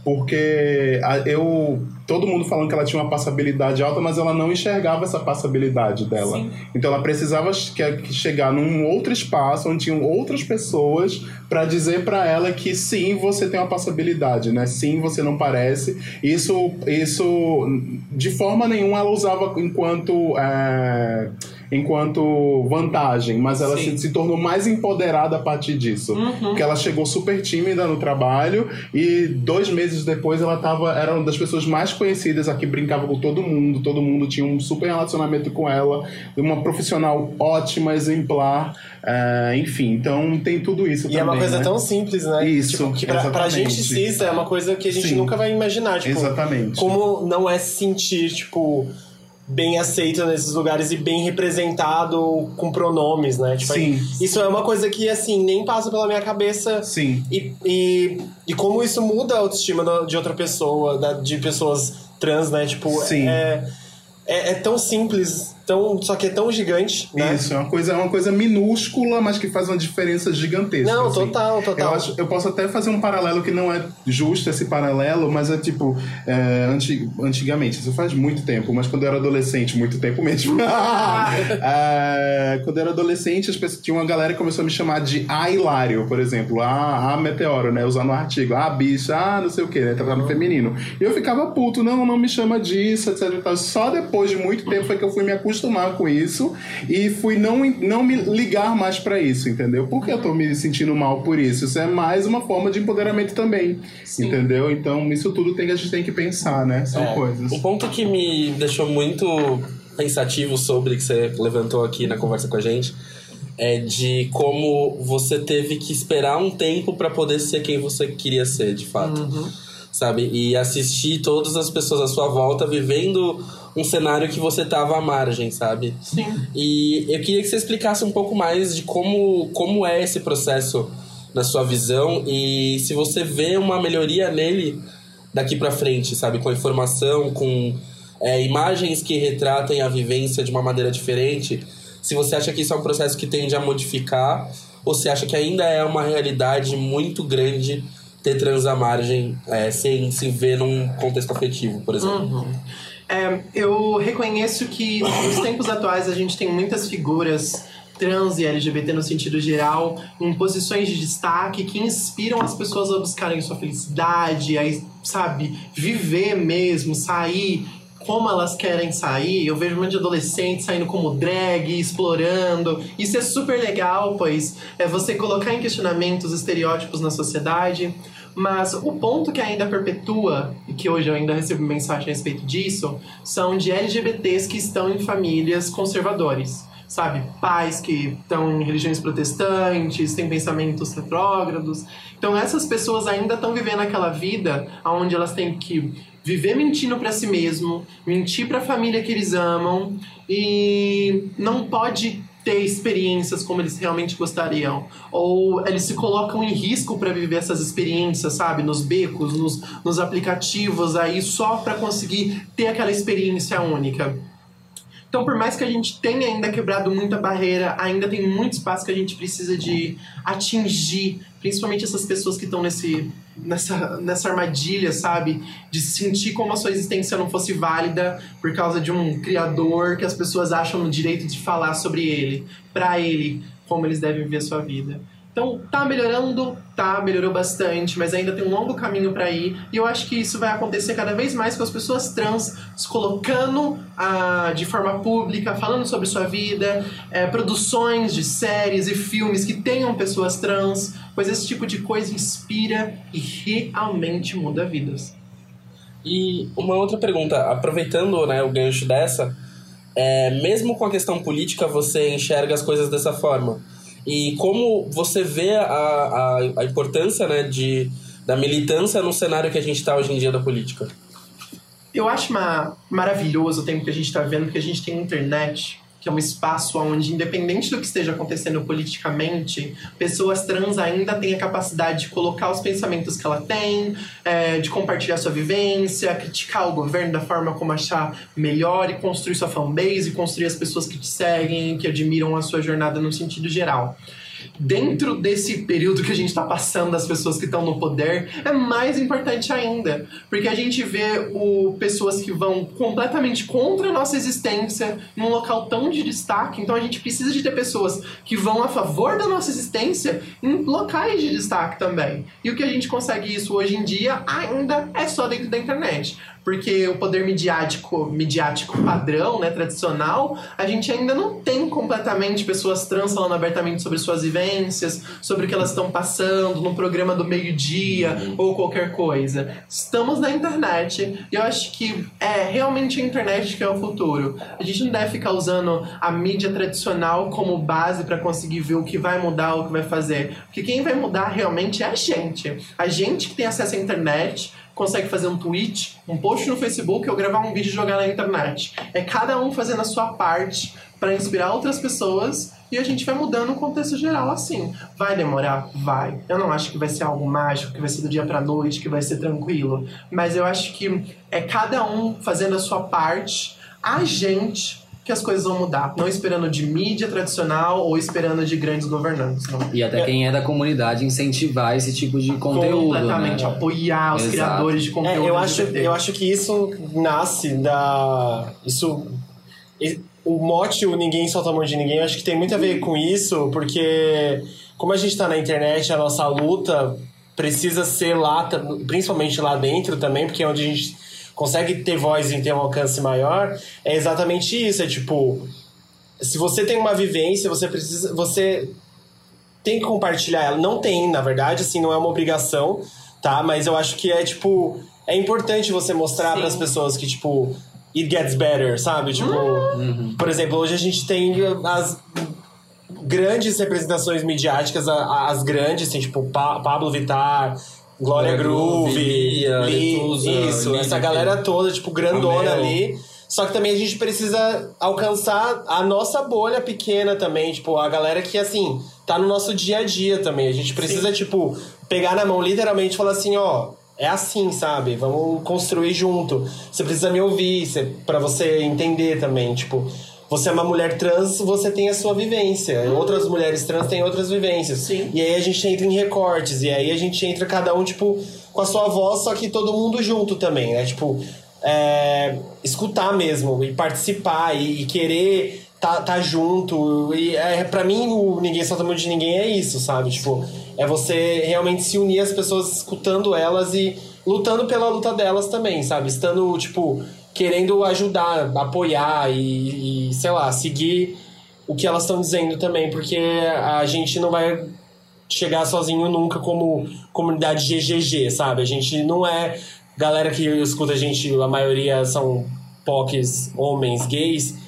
porque a- eu todo mundo falando que ela tinha uma passabilidade alta, mas ela não enxergava essa passabilidade dela. Sim. Então ela precisava que, que chegar num outro espaço onde tinham outras pessoas para dizer para ela que sim, você tem uma passabilidade, né? Sim, você não parece. Isso, isso de forma nenhuma ela usava enquanto é, enquanto vantagem, mas ela se, se tornou mais empoderada a partir disso. Uhum. Porque ela chegou super tímida no trabalho e dois meses depois ela tava, era uma das pessoas mais conhecidas aqui, brincava com todo mundo, todo mundo tinha um super relacionamento com ela, uma profissional ótima, exemplar, é, enfim, então tem tudo isso E também. é uma coisa né? tão simples, né? Isso, Tipo, que pra, pra exatamente. gente cis é uma coisa que a gente Sim. nunca vai imaginar. Tipo, Exatamente. como não é se sentir, tipo, bem aceito nesses lugares e bem representado com pronomes, né? Tipo, Sim. isso é uma coisa que, assim, nem passa pela minha cabeça. Sim. E, e, e como isso muda a autoestima da- de outra pessoa, da- de pessoas trans, né? Tipo, Sim. É, é, é tão simples tão, só que é tão gigante, né? Isso, é uma coisa, é uma coisa minúscula, mas que faz uma diferença gigantesca. Não, assim. total, total. Eu, acho, eu posso até fazer um paralelo que não é justo esse paralelo, mas é tipo, é, anti, antigamente, isso faz muito tempo, mas quando eu era adolescente, muito tempo mesmo. é, quando eu era adolescente, as pessoas, tinha uma galera que começou a me chamar de A Hilário, por exemplo. A, a Meteoro, né? Usando o artigo. A bicha, ah, não sei o que, né? Tava no feminino. E eu ficava puto, não, não me chama disso, etc e tal. Só depois de muito tempo foi que eu fui me acostumar com isso e fui não, não me ligar mais pra isso, entendeu? Por que eu tô me sentindo mal por isso? Isso é mais uma forma de empoderamento também, Sim. entendeu? Então isso tudo tem, a gente tem que pensar, né? São é, coisas. Um ponto que me deixou muito pensativo sobre, que você levantou aqui na conversa com a gente, é de como você teve que esperar um tempo pra poder ser quem você queria ser, de fato. Uhum. Sabe? E assistir todas as pessoas à sua volta vivendo um cenário que você tava à margem, sabe? Sim. E eu queria que você explicasse um pouco mais de como, como é esse processo na sua visão e se você vê uma melhoria nele daqui pra frente, sabe? Com a informação, com é, imagens que retratem a vivência de uma maneira diferente. Se você acha que isso é um processo que tende a modificar ou se acha que ainda é uma realidade muito grande ter trans à margem é, sem se ver num contexto afetivo, por exemplo. Uhum. É, eu reconheço que nos tempos atuais a gente tem muitas figuras trans e L G B T no sentido geral em posições de destaque que inspiram as pessoas a buscarem sua felicidade, a, sabe, viver mesmo, sair como elas querem sair. Eu vejo um monte de adolescentes saindo como drag, explorando. Isso é super legal, pois é você colocar em questionamento os estereótipos na sociedade. Mas o ponto que ainda perpetua, e que hoje eu ainda recebo mensagem a respeito disso, são de L G B Ts que estão em famílias conservadores. Sabe? Pais que estão em religiões protestantes, têm pensamentos retrógrados. Então essas pessoas ainda estão vivendo aquela vida onde elas têm que viver mentindo pra si mesmo, mentir pra família que eles amam e não pode ter experiências como eles realmente gostariam. Ou eles se colocam em risco pra viver essas experiências, sabe? Nos becos, nos, nos aplicativos aí, só pra conseguir ter aquela experiência única. Então, por mais que a gente tenha ainda quebrado muita barreira, ainda tem muito espaço que a gente precisa de atingir, principalmente essas pessoas que estão nesse, nessa, nessa armadilha, sabe? De sentir como a sua existência não fosse válida por causa de um criador que as pessoas acham no direito de falar sobre ele, pra ele, como eles devem viver a sua vida. Então, tá melhorando, tá, melhorou bastante, mas ainda tem um longo caminho pra ir. E eu acho que isso vai acontecer cada vez mais com as pessoas trans se colocando ah, de forma pública, falando sobre sua vida, é, produções de séries e filmes que tenham pessoas trans, pois esse tipo de coisa inspira e realmente muda vidas. E uma outra pergunta, aproveitando, né, o gancho dessa, é, mesmo com a questão política, você enxerga as coisas dessa forma? E como você vê a, a, a importância, né, de, da militância no cenário que a gente está hoje em dia da política? Eu acho uma, maravilhoso o tempo que a gente está vendo, porque a gente tem internet, que é um espaço onde, independente do que esteja acontecendo politicamente, pessoas trans ainda têm a capacidade de colocar os pensamentos que ela tem, é, de compartilhar sua vivência, criticar o governo da forma como achar melhor e construir sua fanbase, construir as pessoas que te seguem, que admiram a sua jornada no sentido geral. Dentro desse período que a gente está passando das pessoas que estão no poder, é mais importante ainda, porque a gente vê o, pessoas que vão completamente contra a nossa existência num local tão de destaque. Então a gente precisa de ter pessoas que vão a favor da nossa existência em locais de destaque também. E o que a gente consegue isso hoje em dia ainda é só dentro da internet. Porque o poder midiático, midiático padrão, né, tradicional, a gente ainda não tem completamente pessoas trans falando abertamente sobre suas vivências, sobre o que elas estão passando no programa do meio-dia ou qualquer coisa. Estamos na internet e eu acho que é realmente a internet que é o futuro. A gente não deve ficar usando a mídia tradicional como base para conseguir ver o que vai mudar, o que vai fazer. Porque quem vai mudar realmente é a gente. A gente que tem acesso à internet consegue fazer um tweet, um post no Facebook ou gravar um vídeo e jogar na internet. É cada um fazendo a sua parte para inspirar outras pessoas e a gente vai mudando o contexto geral assim. Vai demorar? Vai. Eu não acho que vai ser algo mágico, que vai ser do dia pra noite, que vai ser tranquilo. Mas eu acho que é cada um fazendo a sua parte, a gente que as coisas vão mudar. Não esperando de mídia tradicional ou esperando de grandes governantes. Não. E até quem é da comunidade incentivar esse tipo de conteúdo, completamente, né? apoiar os Exato. criadores de É, conteúdo. eu, acho, L G B T. eu acho que isso nasce da... Isso... O mote, o Ninguém Solta a Mão de Ninguém, eu acho que tem muito a ver com isso, porque como a gente tá na internet, a nossa luta precisa ser lá, principalmente lá dentro também, porque é onde a gente consegue ter voz e ter um alcance maior. É exatamente isso, é tipo... Se você tem uma vivência, você precisa... Você tem que compartilhar ela. Não tem, na verdade, assim, não é uma obrigação, tá? Mas eu acho que é, tipo... É importante você mostrar para as pessoas que, tipo... It gets better, sabe? Tipo, uhum. Por exemplo, hoje a gente tem as grandes representações midiáticas, as grandes, assim, tipo, pa- Pablo Vittar, Glória Groove, Lia, Li, Letusa, isso, Lívia, essa galera toda, tipo, grandona Amel. ali. Só que também a gente precisa alcançar a nossa bolha pequena também, tipo, a galera que, assim, tá no nosso dia a dia também. A gente precisa, Sim. tipo, pegar na mão, literalmente, e falar assim, ó... É assim, sabe? Vamos construir junto. Você precisa me ouvir, você, pra você entender também. Tipo, você é uma mulher trans, você tem a sua vivência. Uhum. Outras mulheres trans têm outras vivências. Sim. E aí a gente entra em recortes. E aí a gente entra cada um, tipo, com a sua voz, só que todo mundo junto também, né? Tipo, é, escutar mesmo e participar e, e querer... Tá, tá junto. E é, pra mim, o Ninguém Solta a Mão de Ninguém é isso, sabe? Tipo, é você realmente se unir às pessoas, escutando elas e lutando pela luta delas também, sabe? Estando, tipo, querendo ajudar, apoiar e, e sei lá, seguir o que elas estão dizendo também, porque a gente não vai chegar sozinho nunca como comunidade G G G, sabe? A gente não é... Galera que escuta a gente, a maioria são P O Cs, homens, gays...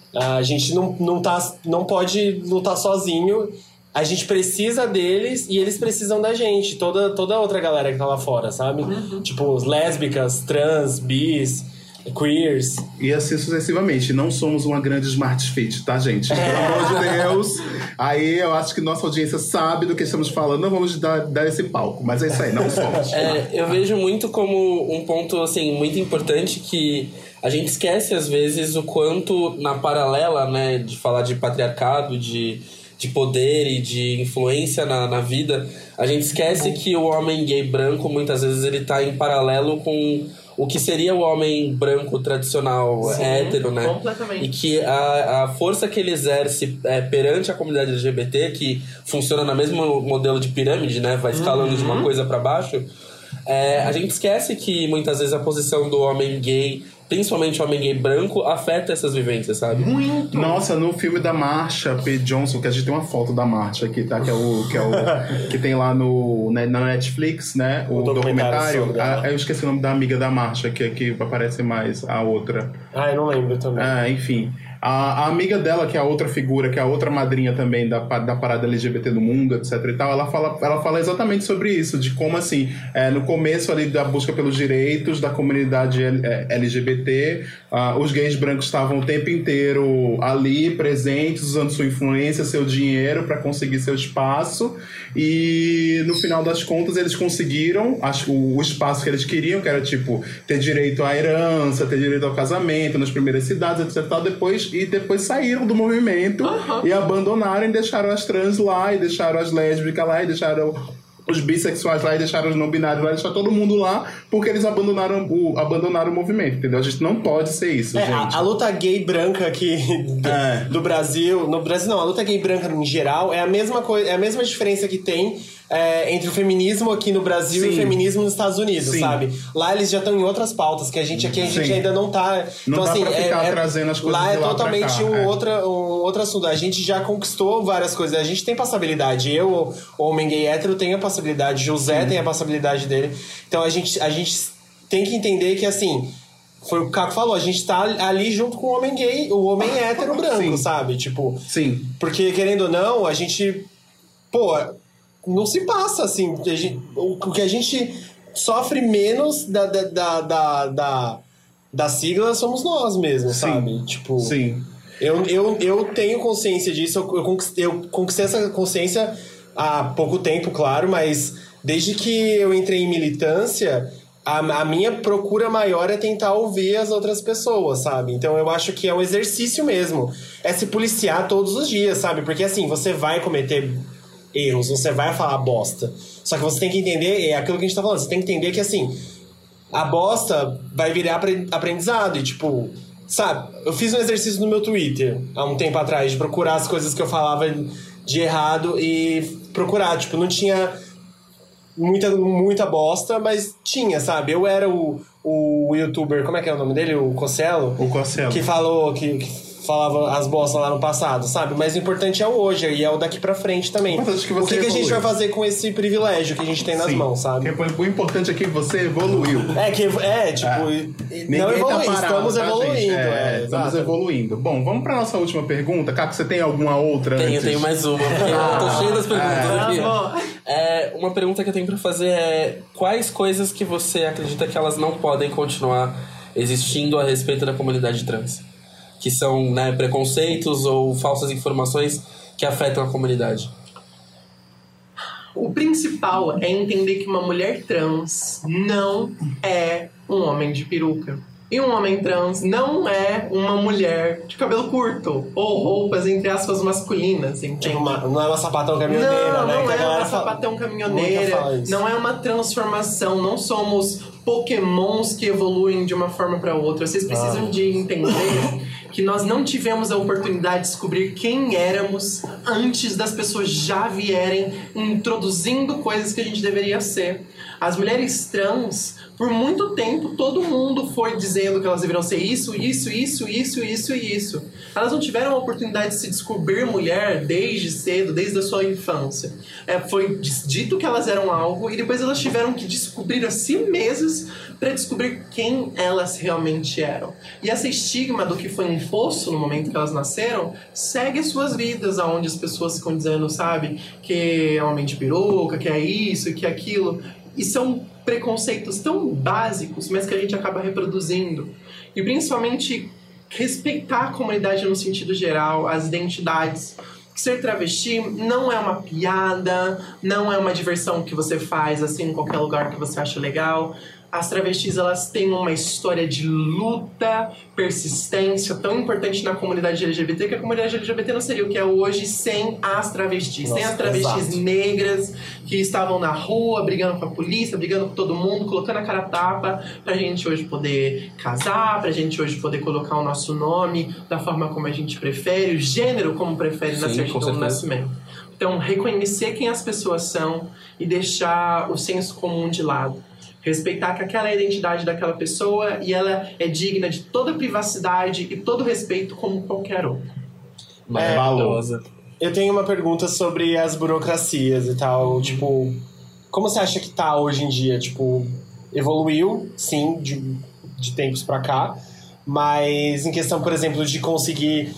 A gente não, não, tá, não pode lutar sozinho. A gente precisa deles e eles precisam da gente. Toda, toda a outra galera que tá lá fora, sabe? Uhum. Tipo, lésbicas, trans, bis, queers. E assim sucessivamente. Não somos uma grande smart fit, tá, gente? Pelo amor de Deus. Aí eu acho que nossa audiência sabe do que estamos falando. Não vamos dar, dar esse palco. Mas é isso aí, não somos. É, eu vejo muito como um ponto, assim, muito importante que... A gente esquece, às vezes, o quanto, na paralela, né, de falar de patriarcado, de, de poder e de influência na, na vida, a gente esquece que o homem gay branco, muitas vezes, ele tá em paralelo com o que seria o homem branco tradicional, Sim, hétero, né? Completamente. E que a, a força que ele exerce é, perante a comunidade L G B T, que funciona no mesmo modelo de pirâmide, né? Vai escalando uhum. de uma coisa para baixo. É, a gente esquece que, muitas vezes, a posição do homem gay... principalmente o homem gay branco, afeta essas vivências, sabe? Muito! Nossa, no filme da Marsha P. Johnson, que a gente tem uma foto da Marsha aqui, tá? Que é o que, é o, que tem lá no, né, na Netflix, né? O, o documentário. documentário a, eu esqueci o nome da amiga da Marsha, que aqui aparece mais a outra. Ah, eu não lembro também. Ah, enfim. A, a amiga dela, que é a outra figura, que é a outra madrinha também da, da parada L G B T do mundo, etc e tal, ela fala, ela fala exatamente sobre isso, de como, assim, é, no começo ali da busca pelos direitos da comunidade L G B T, uh, os gays brancos estavam o tempo inteiro ali, presentes, usando sua influência, seu dinheiro para conseguir seu espaço, e no final das contas eles conseguiram acho, o, o espaço que eles queriam, que era, tipo, ter direito à herança, ter direito ao casamento nas primeiras cidades, etc e tal, depois e depois saíram do movimento uhum. e abandonaram e deixaram as trans lá, e deixaram as lésbicas lá, e deixaram os bissexuais lá, e deixaram os não binários lá, e deixaaram todo mundo lá, porque eles abandonaram o, abandonaram o movimento, entendeu? A gente não pode ser isso, é, gente. A, a luta gay branca aqui do, é. do Brasil, no Brasil não, a luta gay branca em geral é a mesma coisa, é a mesma diferença que tem é, entre o feminismo aqui no Brasil Sim. e o feminismo nos Estados Unidos, Sim. sabe? Lá eles já estão em outras pautas, que a gente aqui a gente Sim. ainda não tá... Não então, dá assim, pra ficar é, trazendo as coisas lá de é lá totalmente pra cá, um, é. outra, um outro assunto. A gente já conquistou várias coisas, a gente tem passabilidade. Eu, homem gay hétero, tenho a passabilidade, José Sim. tem a passabilidade dele. Então a gente, a gente tem que entender que, assim... Foi o que o Caco falou, a gente tá ali junto com o homem gay, o homem hétero branco, Sim. sabe? Tipo... Sim. Porque, querendo ou não, a gente... Pô, não se passa, assim. A gente, o que a gente sofre menos da, da, da, da, da, da sigla somos nós mesmos, Sim. sabe? Tipo... Sim. Eu, eu, eu tenho consciência disso, eu, eu, conquistei, eu conquistei essa consciência há pouco tempo, claro, mas desde que eu entrei em militância... a, a minha procura maior é tentar ouvir as outras pessoas, sabe? Então eu acho que é um exercício mesmo. É se policiar todos os dias, sabe? Porque assim, você vai cometer erros, você vai falar bosta. Só que você tem que entender, é aquilo que a gente tá falando, você tem que entender que assim, a bosta vai virar aprendizado. E tipo, sabe? Eu fiz um exercício no meu Twitter há um tempo atrás de procurar as coisas que eu falava de errado e procurar. Tipo, não tinha muita, muita bosta, mas tinha, sabe? Eu era o, o youtuber, como é que é o nome dele? O Cosselo? O Cosselo. Que falou, que, que falava as bostas lá no passado, sabe? Mas o importante é o hoje e é o daqui pra frente também. Mas acho que você o que, que a gente evoluiu. vai fazer com esse privilégio que a gente tem nas Sim. mãos, sabe? O importante é que você evoluiu. É, que, é tipo, É. e- e Ninguém não evoluir, tá parado, estamos tá, evoluindo. gente? É, É, estamos exato. evoluindo. Bom, vamos pra nossa última pergunta. Caco, você tem alguma outra Tenho, antes? tenho mais uma, porque eu tô cheio das perguntas Ah, aqui. bom. É, uma pergunta que eu tenho pra fazer é: quais coisas que você acredita que elas não podem continuar existindo a respeito da comunidade trans? Que são, né, preconceitos ou falsas informações que afetam a comunidade. O principal é entender que uma mulher trans não é um homem de peruca. E um homem trans não é uma mulher de cabelo curto ou roupas, entre aspas, masculinas, entende? Tipo, uma- não é uma sapatão caminhoneira, Não, né? não Que a é galera uma fala- sapatão Muita caminhoneira, fala isso. não é uma transformação, não somos pokémons que evoluem de uma forma para outra. Vocês precisam Ah. de entender que nós não tivemos a oportunidade de descobrir quem éramos antes das pessoas já vierem introduzindo coisas que a gente deveria ser. As mulheres trans, por muito tempo, todo mundo foi dizendo que elas deveriam ser isso, isso, isso, isso, isso e isso. Elas não tiveram a oportunidade de se descobrir mulher desde cedo, desde a sua infância. É, foi dito que elas eram algo e depois elas tiveram que descobrir a si mesmas para descobrir quem elas realmente eram. E esse estigma do que foi imposto no momento que elas nasceram segue as suas vidas, aonde as pessoas ficam dizendo, sabe, que é homem de peruca, que é isso, que é aquilo. E são preconceitos tão básicos, mas que a gente acaba reproduzindo. E principalmente respeitar a comunidade no sentido geral, as identidades. Ser travesti não é uma piada, não é uma diversão que você faz assim em qualquer lugar que você acha legal. As travestis, elas têm uma história de luta, persistência tão importante na comunidade L G B T, que a comunidade L G B T não seria o que é hoje sem as travestis. Nossa, sem as travestis exato. negras que estavam na rua, brigando com a polícia, brigando com todo mundo, colocando a cara a tapa pra gente hoje poder casar, pra gente hoje poder colocar o nosso nome da forma como a gente prefere, o gênero como prefere na Sim, com certidão do certeza. nascimento. Então, reconhecer quem as pessoas são e deixar o senso comum de lado. Respeitar que aquela é a identidade daquela pessoa e ela é digna de toda privacidade e todo respeito como qualquer outro. Maravilhosa. Eu tenho uma pergunta sobre as burocracias e tal. Tipo, como você acha que tá hoje em dia? Tipo, evoluiu, sim, de, de tempos pra cá. Mas em questão, por exemplo, de conseguir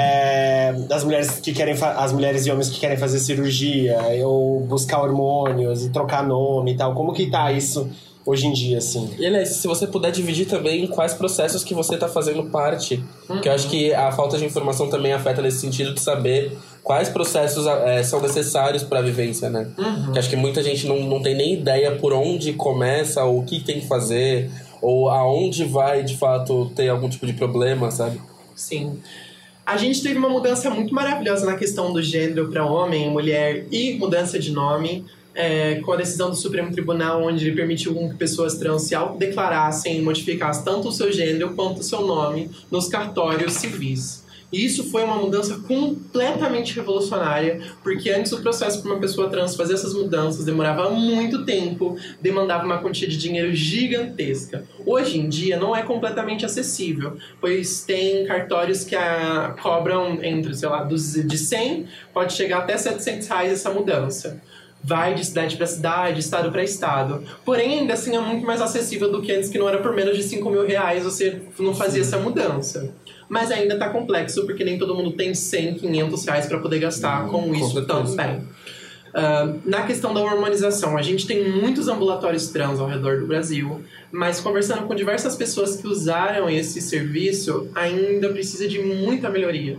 é, as mulheres que querem fa- as mulheres e homens que querem fazer cirurgia ou buscar hormônios e trocar nome e tal, como que tá isso hoje em dia, assim? E, aliás, se você puder dividir também quais processos que você está fazendo parte. Porque eu acho que a falta de informação também afeta nesse sentido de saber quais processos é, são necessários para a vivência, né? Porque acho que muita gente não, não tem nem ideia por onde começa, ou o que tem que fazer, ou aonde vai, de fato, ter algum tipo de problema, sabe? Sim. A gente teve uma mudança muito maravilhosa na questão do gênero para homem, mulher e mudança de nome, é, com a decisão do Supremo Tribunal, onde ele permitiu que pessoas trans se autodeclarassem e modificassem tanto o seu gênero quanto o seu nome nos cartórios civis. E isso foi uma mudança completamente revolucionária, porque antes o processo para uma pessoa trans fazer essas mudanças demorava muito tempo, demandava uma quantia de dinheiro gigantesca. Hoje em dia não é completamente acessível, pois tem cartórios que a, cobram entre, sei lá, dos, de cem, pode chegar até setecentos reais essa mudança. Vai de cidade para cidade, estado para estado. Porém, ainda assim é muito mais acessível do que antes, que não era por menos de cinco mil reais, você não fazia essa mudança. Mas ainda tá complexo, porque nem todo mundo tem cem, quinhentos reais para poder gastar com com isso certeza. também. Uh, na questão da hormonização, a gente tem muitos ambulatórios trans ao redor do Brasil, mas conversando com diversas pessoas que usaram esse serviço, ainda precisa de muita melhoria.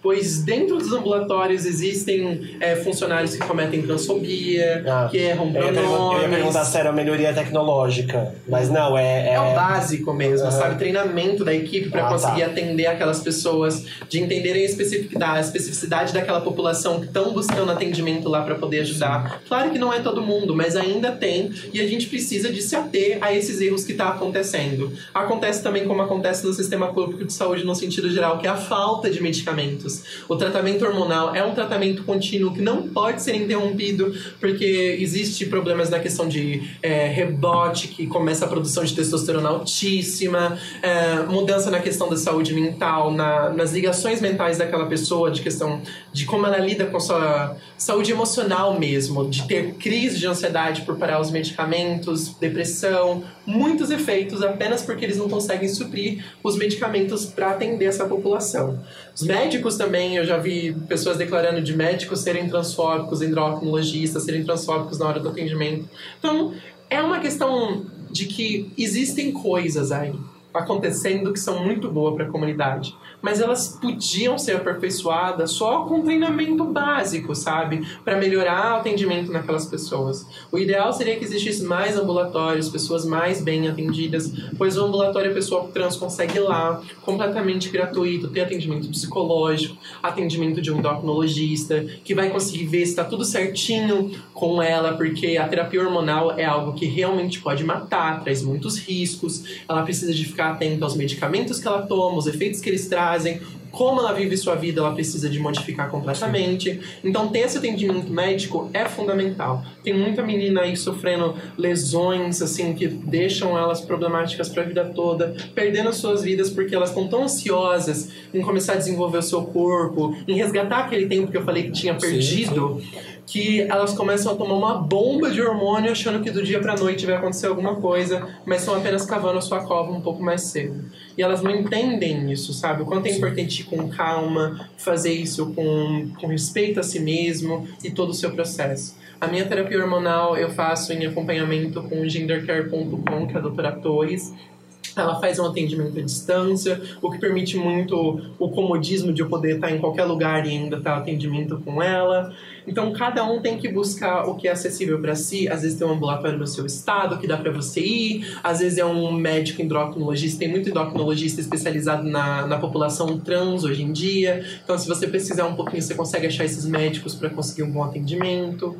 pois dentro dos ambulatórios existem é, funcionários que cometem transfobia, Ah, que erram eu ia, pergun- pronomes. eu ia perguntar se era melhoria tecnológica, mas não, é... É o básico mesmo, Uhum. sabe? Treinamento da equipe para Ah, conseguir tá. atender aquelas pessoas, de entenderem a especificidade, a especificidade daquela população que estão buscando atendimento lá para poder ajudar. Claro que não é todo mundo, mas ainda tem, e a gente precisa de se ater a esses erros que tá acontecendo. Acontece também como acontece no sistema público de saúde no sentido geral, que é a falta de medicamentos. O tratamento hormonal é um tratamento contínuo que não pode ser interrompido, porque existe problemas na questão de é, rebote, que começa a produção de testosterona altíssima, é, mudança na questão da saúde mental, na, nas ligações mentais daquela pessoa, de questão de como ela lida com sua saúde emocional mesmo, de ter crise de ansiedade por parar os medicamentos, depressão, muitos efeitos apenas porque eles não conseguem suprir os medicamentos para atender essa população. Os médicos também, eu já vi pessoas declarando de médicos serem transfóbicos, endocrinologistas serem transfóbicos na hora do atendimento. Então, é uma questão de que existem coisas aí acontecendo que são muito boas para a comunidade, mas elas podiam ser aperfeiçoadas só com treinamento básico, sabe? Para melhorar o atendimento naquelas pessoas. O ideal seria que existisse mais ambulatórios, pessoas mais bem atendidas, pois o ambulatório a pessoa trans consegue ir lá, completamente gratuito, ter atendimento psicológico, atendimento de um endocrinologista, que vai conseguir ver se está tudo certinho com ela, porque a terapia hormonal é algo que realmente pode matar, traz muitos riscos, ela precisa de ficar atenta aos medicamentos que ela toma, os efeitos que eles trazem, como ela vive sua vida, ela precisa de modificar completamente. Então, ter esse atendimento médico é fundamental. Tem muita menina aí sofrendo lesões, assim, que deixam elas problemáticas para a vida toda, perdendo suas vidas porque elas estão tão ansiosas em começar a desenvolver o seu corpo, em resgatar aquele tempo que eu falei que tinha perdido, sim, sim. que elas começam a tomar uma bomba de hormônio achando que do dia pra noite vai acontecer alguma coisa, mas estão apenas cavando a sua cova um pouco mais cedo. E elas não entendem isso, sabe? O quanto é importante ir com calma, fazer isso com, com respeito a si mesmo e todo o seu processo. A minha terapia hormonal eu faço em acompanhamento com o gendercare ponto com, que é a doutora Torres. Ela faz um atendimento à distância, o que permite muito o comodismo de eu poder estar em qualquer lugar e ainda estar atendimento com ela. Então, cada um tem que buscar o que é acessível para si. Às vezes tem um ambulatório no seu estado que dá para você ir. Às vezes é um médico endocrinologista. Tem muito endocrinologista especializado na, na população trans hoje em dia. Então, se você precisar um pouquinho, você consegue achar esses médicos para conseguir um bom atendimento.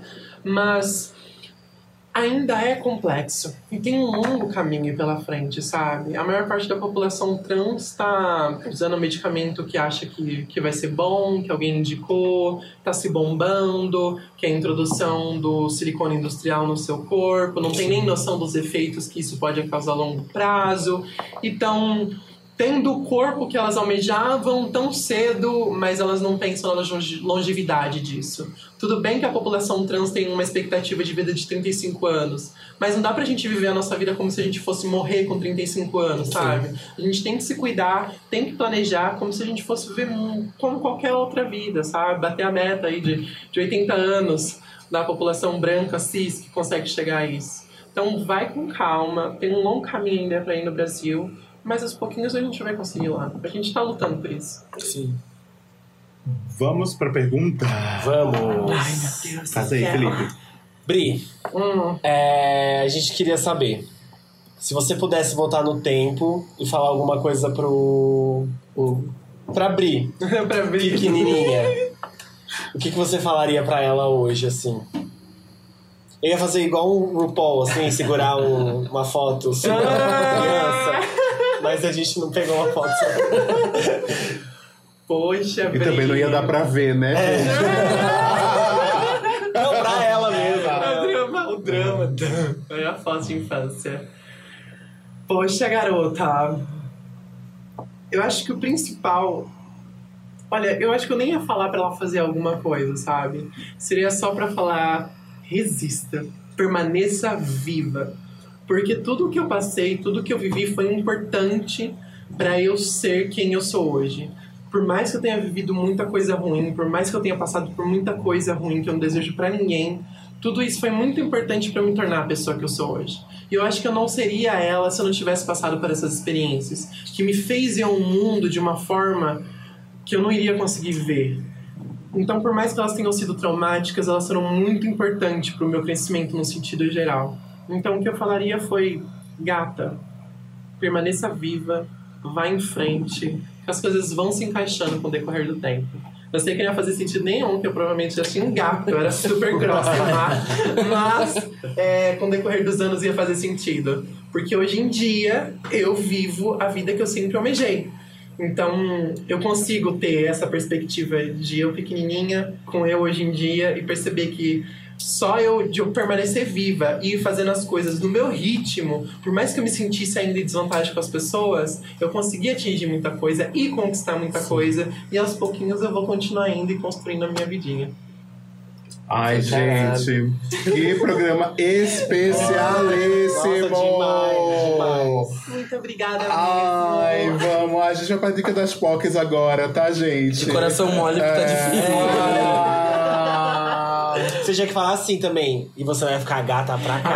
Mas ainda é complexo e tem um longo caminho pela frente, sabe? A maior parte da população trans está usando medicamento que acha que, que vai ser bom, que alguém indicou, está se bombando, que é a introdução do silicone industrial no seu corpo, não tem nem noção dos efeitos que isso pode causar a longo prazo. Então, tendo o corpo que elas almejavam tão cedo, mas elas não pensam na longevidade disso. Tudo bem que a população trans tem uma expectativa de vida de trinta e cinco anos, mas não dá pra gente viver a nossa vida como se a gente fosse morrer com trinta e cinco anos, sabe? Sim. A gente tem que se cuidar, tem que planejar como se a gente fosse viver como qualquer outra vida, sabe? Bater a meta aí de, de oitenta anos da população branca, cis, que consegue chegar a isso. Então vai com calma, tem um longo caminho ainda pra ir no Brasil, mas aos pouquinhos a gente vai conseguir lá. A gente tá lutando por isso. Sim. Vamos pra pergunta? Vamos. Ai, meu Deus. Faz aí, Felipe. Bri, Hum. é, a gente queria saber se você pudesse voltar no tempo e falar alguma coisa pro... pro pra Bri, pra Bri. pequenininha. O que, que você falaria pra ela hoje, assim? Eu ia fazer igual um RuPaul, assim, segurar um, uma foto super criança. Mas a gente não pegou uma foto. Poxa, E também não ia dar pra ver, né? É. Não, pra ela mesmo. O drama, o drama. É a foto de infância. Poxa, garota. Eu acho que o principal... Olha, eu acho que eu nem ia falar pra ela fazer alguma coisa, sabe? Seria só pra falar... Resista. Permaneça viva. Porque tudo que eu passei, tudo que eu vivi foi importante pra eu ser quem eu sou hoje. Por mais que eu tenha vivido muita coisa ruim, por mais que eu tenha passado por muita coisa ruim que eu não desejo pra ninguém, tudo isso foi muito importante pra me tornar a pessoa que eu sou hoje. E eu acho que eu não seria ela se eu não tivesse passado por essas experiências, que me fez ver o mundo de uma forma que eu não iria conseguir ver. Então, por mais que elas tenham sido traumáticas, elas foram muito importantes pro meu crescimento no sentido geral. Então, o que eu falaria foi, gata, permaneça viva, vá em frente, que as coisas vão se encaixando com o decorrer do tempo. Eu sei que não ia fazer sentido nenhum, que eu provavelmente já tinha um gato, eu era super grossa, mas é, com o decorrer dos anos ia fazer sentido. Porque hoje em dia eu vivo a vida que eu sempre almejei. Então eu consigo ter essa perspectiva de eu pequenininha com eu hoje em dia e perceber que só eu, de eu permanecer viva e ir fazendo as coisas no meu ritmo, por mais que eu me sentisse ainda em desvantagem com as pessoas, eu consegui atingir muita coisa e conquistar muita Sim. coisa. E aos pouquinhos eu vou continuar indo e construindo a minha vidinha. Ai, gente, que programa especialíssimo! Nossa, demais, demais. Muito obrigada, mesmo. Ai, vamos. A gente vai pra dica das P O Cs agora, tá, gente? De coração mole, porque tá difícil. Ah. Você tinha que falar assim também. E você vai ficar gata pra cá.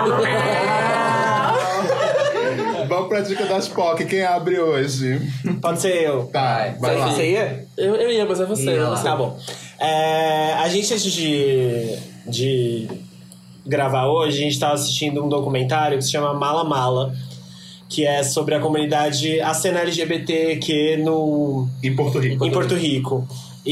Vamos pra dica das P O C. Quem abre hoje? Pode ser eu. Tá, vai lá. Você ia? Eu, eu ia, mas é você. Ia você. Tá bom. É, a gente, antes de, de gravar hoje, a gente tava assistindo um documentário que se chama Mala Mala, que é sobre a comunidade, a cena L G B T Q no, Em Porto Rico. em Porto Rico.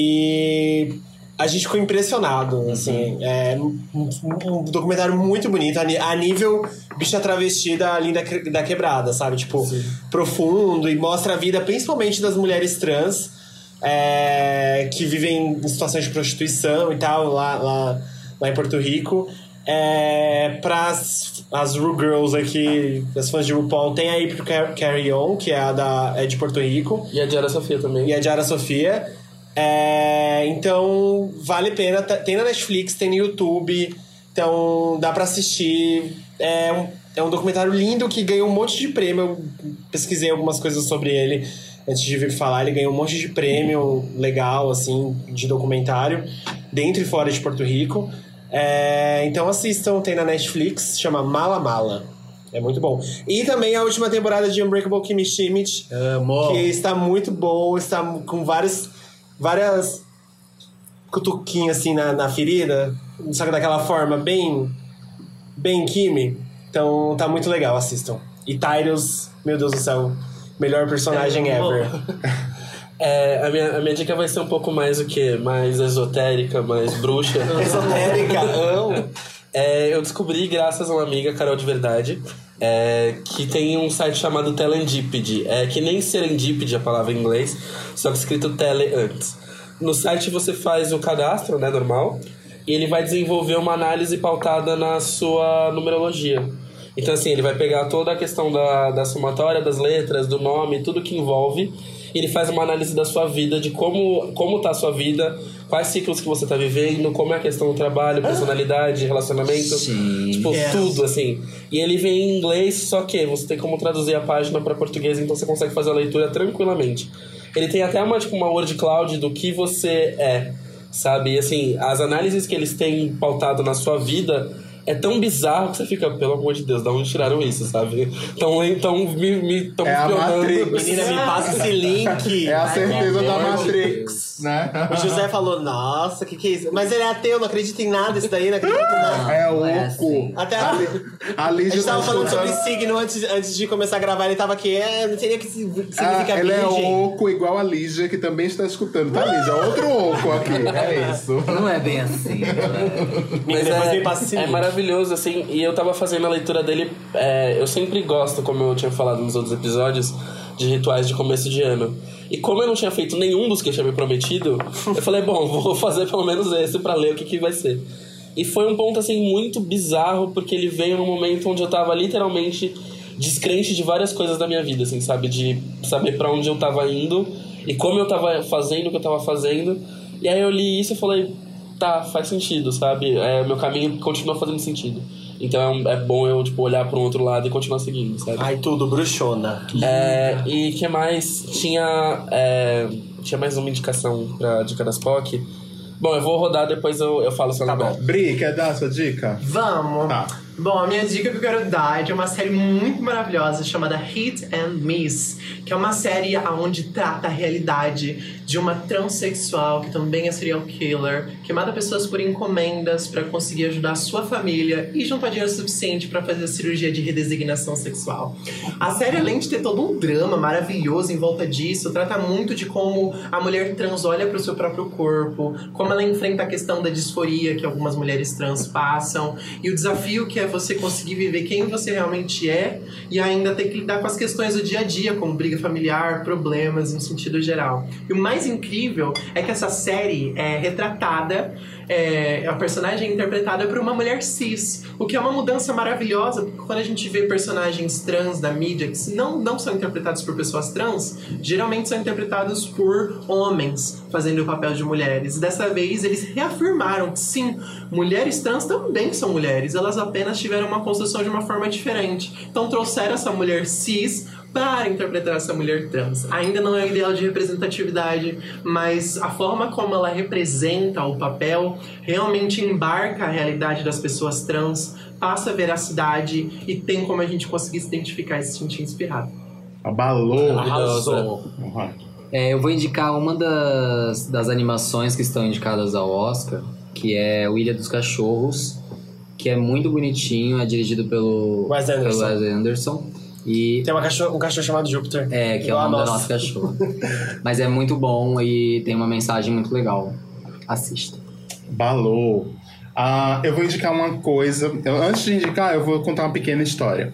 E a gente ficou impressionado, uhum. assim. É um, um documentário muito bonito, a nível bicha travestida linda da quebrada, sabe? Tipo, Sim. profundo, e mostra a vida principalmente das mulheres trans é, que vivem em situações de prostituição e tal, lá, lá, lá em Porto Rico. É, para as Ru Girls aqui, as fãs de RuPaul, tem aí pro Carry On, que é a da, é de Porto Rico. E a Diara Sofia também. E a Diara Sofia. É, então, vale a pena. Tem na Netflix, tem no YouTube. Então, dá pra assistir. É um, é um documentário lindo que ganhou um monte de prêmio. Eu pesquisei algumas coisas sobre ele antes de vir falar. Ele ganhou um monte de prêmio legal, assim, de documentário, dentro e fora de Porto Rico. É, então assistam, tem na Netflix, chama Mala Mala. É muito bom. E também a última temporada de Unbreakable Kimmy Schmidt, Amor. que está muito bom, está com vários, várias cutuquinhas assim na, na ferida, sabe, daquela forma bem, bem Kimmy. Então tá muito legal, assistam. E Tyrus, meu Deus do céu, melhor personagem é, ever. É, a, minha, a minha dica vai ser um pouco mais o quê? Mais esotérica, mais bruxa. Esotérica, amo. É, eu descobri, graças a uma amiga, Carol de Verdade, é, que tem um site chamado Telendipity. É que nem Serendipity, a palavra em inglês, só que escrito tele antes. No site você faz o cadastro, né, normal, e ele vai desenvolver uma análise pautada na sua numerologia. Então, assim, ele vai pegar toda a questão da, da somatória, das letras, do nome, tudo que envolve. Ele faz uma análise da sua vida, de como, como tá a sua vida, quais ciclos que você tá vivendo, como é a questão do trabalho, personalidade, relacionamento. Sim. Tipo, Yes. tudo, assim. E ele vem em inglês, só que você tem como traduzir a página para português, então você consegue fazer a leitura tranquilamente. Ele tem até uma, tipo, uma word cloud do que você é, sabe? E, assim, as análises que eles têm pautado na sua vida é tão bizarro que você fica, pelo amor de Deus, da onde tiraram isso, sabe? Então, então me, me tão É a Matrix. Menina, me passa esse link. É a certeza Ai, da meu Matrix, né? O José falou, nossa, o que que é isso? Mas ele é ateu, não acredita em nada isso daí, não acredita em nada. É Não é oco. assim. Até A, a, Li- a a Lígia gente tava tá falando escutando. sobre signo antes, antes de começar a gravar, ele tava aqui, é, não sei nem o que significa Ah, ele é virgem. oco igual a Lígia, que também está escutando. Tá, Lígia? Outro oco aqui. É isso. Não é bem assim, né? Mas Depois é, me passa esse é link. maravilhoso, assim, e eu tava fazendo a leitura dele. É, eu sempre gosto, como eu tinha falado nos outros episódios, de rituais de começo de ano. E como eu não tinha feito nenhum dos que eu tinha me prometido, eu falei, bom, vou fazer pelo menos esse pra ler o que, que vai ser. E foi um ponto, assim, muito bizarro, porque ele veio num momento onde eu tava literalmente descrente de várias coisas da minha vida, assim, sabe? De saber pra onde eu tava indo e como eu tava fazendo o que eu tava fazendo. E aí eu li isso e falei, tá, faz sentido, sabe? É, meu caminho continua fazendo sentido. Então é, um, é bom eu, tipo, olhar para um outro lado e continuar seguindo, sabe? Ai, tudo, bruxona. É, e que mais? Tinha, é, tinha mais uma indicação pra dica das P O C. Bom, eu vou rodar, depois eu, eu falo se eu Tá lembrar. bom. Bri, quer dar a sua dica? Vamos. Tá. Bom, a minha dica que eu quero dar é de uma série muito maravilhosa chamada Hit and Miss, que é uma série onde trata a realidade de uma transexual que também é serial killer, que mata pessoas por encomendas para conseguir ajudar a sua família e juntar dinheiro suficiente para fazer a cirurgia de redesignação sexual. A série, além de ter todo um drama maravilhoso em volta disso, trata muito de como a mulher trans olha para o seu próprio corpo, como ela enfrenta a questão da disforia que algumas mulheres trans passam e o desafio que é você conseguir viver quem você realmente é e ainda ter que lidar com as questões do dia a dia, como briga familiar, problemas no sentido geral. E o mais incrível é que essa série é retratada, é, a personagem é interpretada por uma mulher cis, o que é uma mudança maravilhosa, porque quando a gente vê personagens trans da mídia que não, não são interpretados por pessoas trans, geralmente são interpretados por homens fazendo o papel de mulheres. Dessa vez eles reafirmaram que sim, mulheres trans também são mulheres, elas apenas tiveram uma construção de uma forma diferente. Então trouxeram essa mulher cis para interpretar essa mulher trans. Ainda não é o ideal de representatividade, mas a forma como ela representa o papel realmente embarca a realidade das pessoas trans, passa a veracidade e tem como a gente conseguir se identificar e se sentir inspirado. Abalou. Arrasou. Uhum. É, eu vou indicar uma das, das animações que estão indicadas ao Oscar, que é o Ilha dos Cachorros, que é muito bonitinho, é dirigido pelo Wes Anderson. pelo Wes Anderson. E Tem uma cachorro, um cachorro chamado Júpiter. é, que é o Igual a nome da nossa. nossa cachorra. Mas é muito bom e tem uma mensagem muito legal. Assista. Balou. Ah, eu vou indicar uma coisa. Eu, antes de indicar, eu vou contar uma pequena história.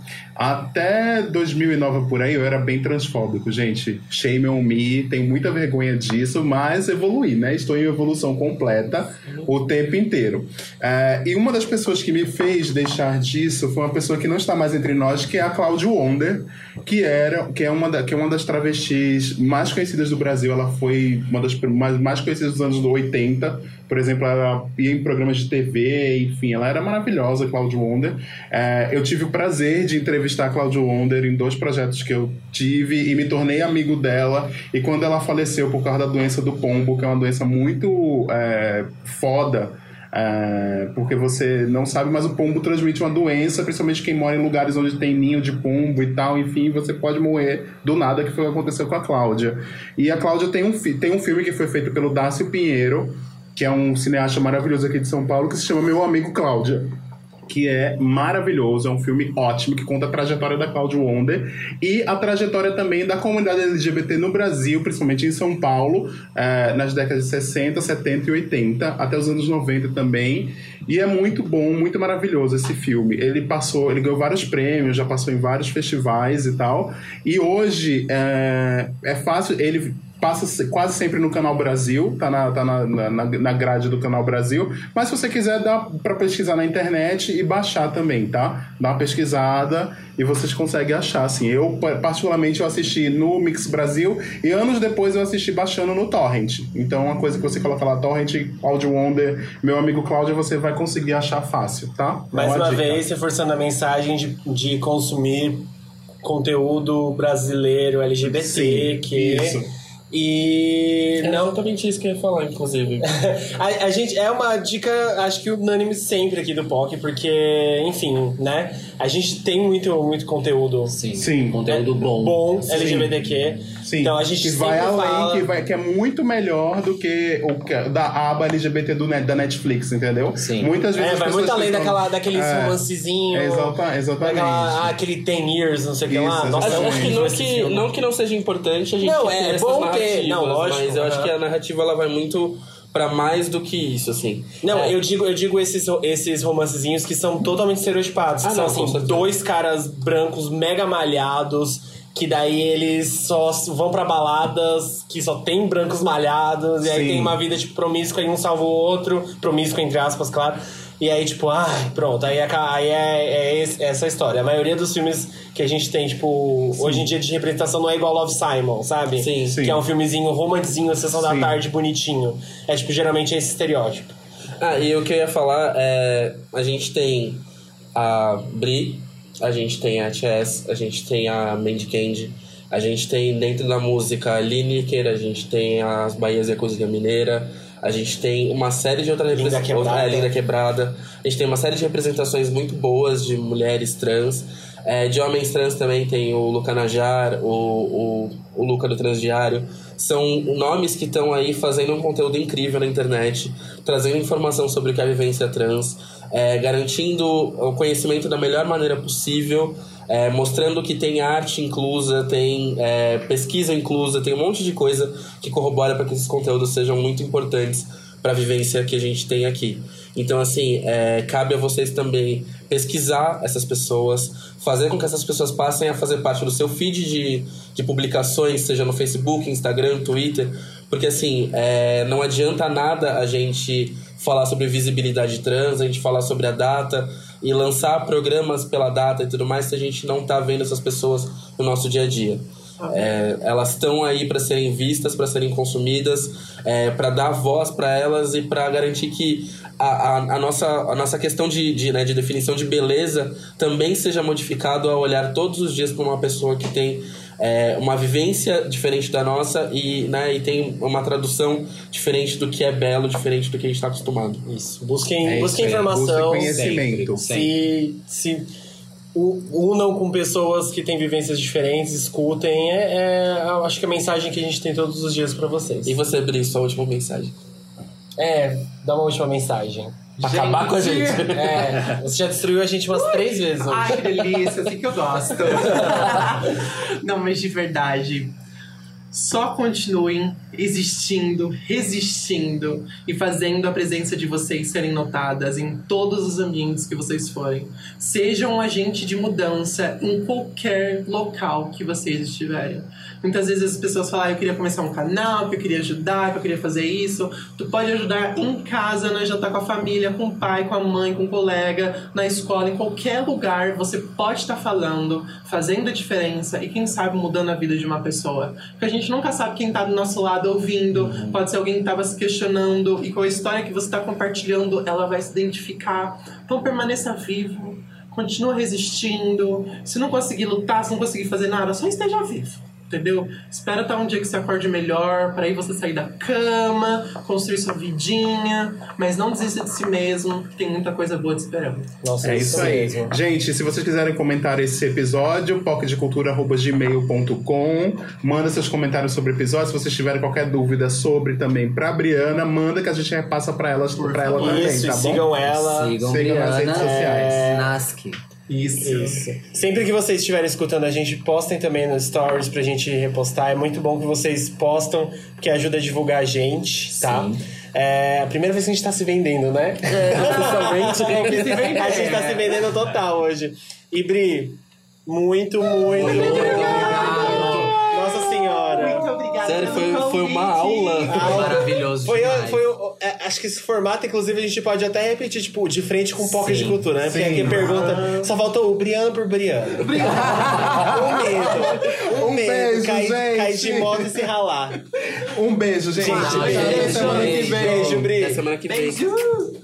Até dois mil e nove por aí, eu era bem transfóbico, gente. Shame on me, tenho muita vergonha disso, mas evoluí, né? Estou em evolução completa o tempo inteiro. É, e uma das pessoas que me fez deixar disso foi uma pessoa que não está mais entre nós, que é a Claudia Wonder, que, era, que, é uma da, que é uma das travestis mais conhecidas do Brasil. Ela foi uma das mais, mais conhecidas dos anos oitenta. Por exemplo, ela ia em programas de T V, enfim, ela era maravilhosa, Claudia Wonder. É, eu tive o prazer de entrevistar a Claudia Wonder em dois projetos que eu tive e me tornei amigo dela. E quando ela faleceu por causa da doença do pombo, que é uma doença muito é, foda, é, porque você não sabe, mas o pombo transmite uma doença, principalmente quem mora em lugares onde tem ninho de pombo e tal, enfim, você pode morrer do nada, que foi o que aconteceu com a Cláudia. E a Cláudia tem um, tem um filme que foi feito pelo Dácio Pinheiro, que é um cineasta maravilhoso aqui de São Paulo, que se chama Meu Amigo Cláudia, que é maravilhoso, é um filme ótimo, que conta a trajetória da Claudia Wonder e a trajetória também da comunidade L G B T no Brasil, principalmente em São Paulo, é, nas décadas de sessenta, setenta e oitenta, até os anos noventa também. E é muito bom, muito maravilhoso esse filme. Ele passou, ele ganhou vários prêmios, já passou em vários festivais e tal. E hoje é, é fácil, ele passa quase sempre no Canal Brasil, tá na, tá na, na, na grade do Canal Brasil, mas se você quiser dá pra pesquisar na internet e baixar também, tá? Dá uma pesquisada e vocês conseguem achar, assim. Eu, particularmente, eu assisti no Mix Brasil e anos depois eu assisti baixando no Torrent. Então, uma coisa que você coloca lá, Torrent, Audio Wonder, Meu Amigo Cláudio, você vai conseguir achar fácil, tá? Mais uma dica. vez, reforçando a mensagem de, de consumir conteúdo brasileiro L G B T, Sim, que... isso. E É não, exatamente isso que eu ia falar, inclusive. a, a gente é uma dica, acho que unânime sempre aqui do P O C, porque, enfim, né? A gente tem muito, muito conteúdo Sim. Sim. Conteúdo bom. bom Sim. L G B T Q. Sim, Então a gente que sempre vai além, fala... que, vai, que é muito melhor do que o que- da aba L G B T do, net- da Netflix, entendeu? Sim. Muitas vezes É, as vai pessoas muito além ficam- daquela, daqueles É, romancezinhos. é exata- exatamente. Daquela, ah, aquele ten years, não sei o que lá. Isso, Nossa, Acho, é acho que, horrível não esse que filme. não que não seja importante a gente Não, ter é essas bom ter, narrativas, não, lógico, mas eu acho aham. que a narrativa ela vai muito pra mais do que isso, assim. Não, É, eu digo, eu digo esses, esses romancezinhos que são totalmente estereotipados. Ah, que são, não, com assim, certeza. dois caras brancos mega malhados, que daí eles só vão pra baladas, que só tem brancos malhados, e aí Sim. tem uma vida, tipo, promíscua e um salva o outro. Promíscua, entre aspas, claro. E aí, tipo, ai, pronto. Aí, aca- aí é, é esse- essa história. A maioria dos filmes que a gente tem, tipo, hoje em dia de representação não é igual Love, Simon, sabe? Sim. Sim. Que é um filmezinho romancezinho, Sessão da Sim. Tarde, bonitinho. É, tipo, geralmente é esse estereótipo. Ah, e o que eu ia falar é... A gente tem a Bri, a gente tem a Chess, a gente tem a Mandy Candy, a gente tem dentro da música a Lineker, a gente tem as Bahias e a Cozinha Mineira, A gente tem uma série de outras Linda Quebrada. É, Linda Quebrada. A gente tem uma série de representações muito boas de mulheres trans. É, de homens trans também tem o Luca Najar, o, o, o Luca do Transdiário. São nomes que estão aí fazendo um conteúdo incrível na internet, trazendo informação sobre o que é a vivência trans, é, garantindo o conhecimento da melhor maneira possível, é, mostrando que tem arte inclusa, tem é, pesquisa inclusa, tem um monte de coisa que corrobora para que esses conteúdos sejam muito importantes para a vivência que a gente tem aqui. Então, assim, é, cabe a vocês também pesquisar essas pessoas, fazer com que essas pessoas passem a fazer parte do seu feed de, de publicações, seja no Facebook, Instagram, Twitter, porque, assim, é, não adianta nada a gente falar sobre visibilidade trans, a gente falar sobre a data e lançar programas pela data e tudo mais se a gente não tá vendo essas pessoas no nosso dia a dia. É, elas estão aí para serem vistas, para serem consumidas, é, para dar voz para elas e para garantir que a, a, a, nossa, a nossa questão de, de, né, de definição de beleza também seja modificado ao olhar todos os dias para uma pessoa que tem é, uma vivência diferente da nossa e, né, e tem uma tradução diferente do que é belo, diferente do que a gente está acostumado. Isso. Busquem, É busquem isso aí. informação. Busquem conhecimento. Se, se u- unam com pessoas que têm vivências diferentes, escutem. É, é, eu acho que é a mensagem que a gente tem todos os dias pra vocês. E você, Bri, sua última mensagem? É, dá uma última mensagem. Pra acabar com a gente. É, você já destruiu a gente umas três vezes hoje. Ai, que delícia, assim que eu gosto. Não, mas de verdade, só continuem existindo, resistindo e fazendo a presença de vocês serem notadas em todos os ambientes que vocês forem. Sejam um agente de mudança em qualquer local que vocês estiverem. Muitas vezes as pessoas falam, ah, eu queria começar um canal, que eu queria ajudar, que eu queria fazer isso. Tu pode ajudar em casa, né? Jantar com a família, com o pai, com a mãe, com o colega, na escola, em qualquer lugar. Você pode estar falando, fazendo a diferença e quem sabe mudando a vida de uma pessoa. Porque a gente nunca sabe quem tá do nosso lado ouvindo. Uhum. Pode ser alguém que tava se questionando e com a história que você tá compartilhando, ela vai se identificar. Então permaneça vivo, continua resistindo. Se não conseguir lutar, se não conseguir fazer nada, só esteja vivo. Entendeu? Espera até um dia que você acorde melhor, pra aí você sair da cama, construir sua vidinha, mas não desista de si mesmo, que tem muita coisa boa te esperando. Nossa, É isso aí. mesmo. Gente, se vocês quiserem comentar esse episódio, pocket de cultura arroba gmail ponto com. Manda seus comentários sobre o episódio. Se vocês tiverem qualquer dúvida sobre também pra Briana, manda que a gente repassa pra ela, pra ela também, Isso, tá e bom? sigam ela. Sigam Sigam nas Briana redes sociais. é... Nasky. Isso. Isso. Sempre que vocês estiverem escutando a gente, postem também nos stories pra gente repostar. É muito bom que vocês postam, porque ajuda a divulgar a gente, tá? Sim. É a primeira vez que a gente tá se vendendo, né? Oficialmente, a gente tá se vendendo total hoje. E Bri, muito, muito, muito obrigado. Nossa Senhora. Muito obrigada. Sério, foi, pelo foi uma convite. aula. Foi maravilhoso Foi, demais. foi, é, acho que esse formato, inclusive, a gente pode até repetir, tipo, de frente com um pocket de Sim. cultura, né? Porque Sim. aqui a pergunta só faltou o Briano por Briano. um medo. Um, Um medo. beijo, cair, gente. cair de moto e se ralar. Um beijo, gente. Gente, Até beijo. semana que Beijo. vem. Beijo, Bri. Até semana que vem. Beijo.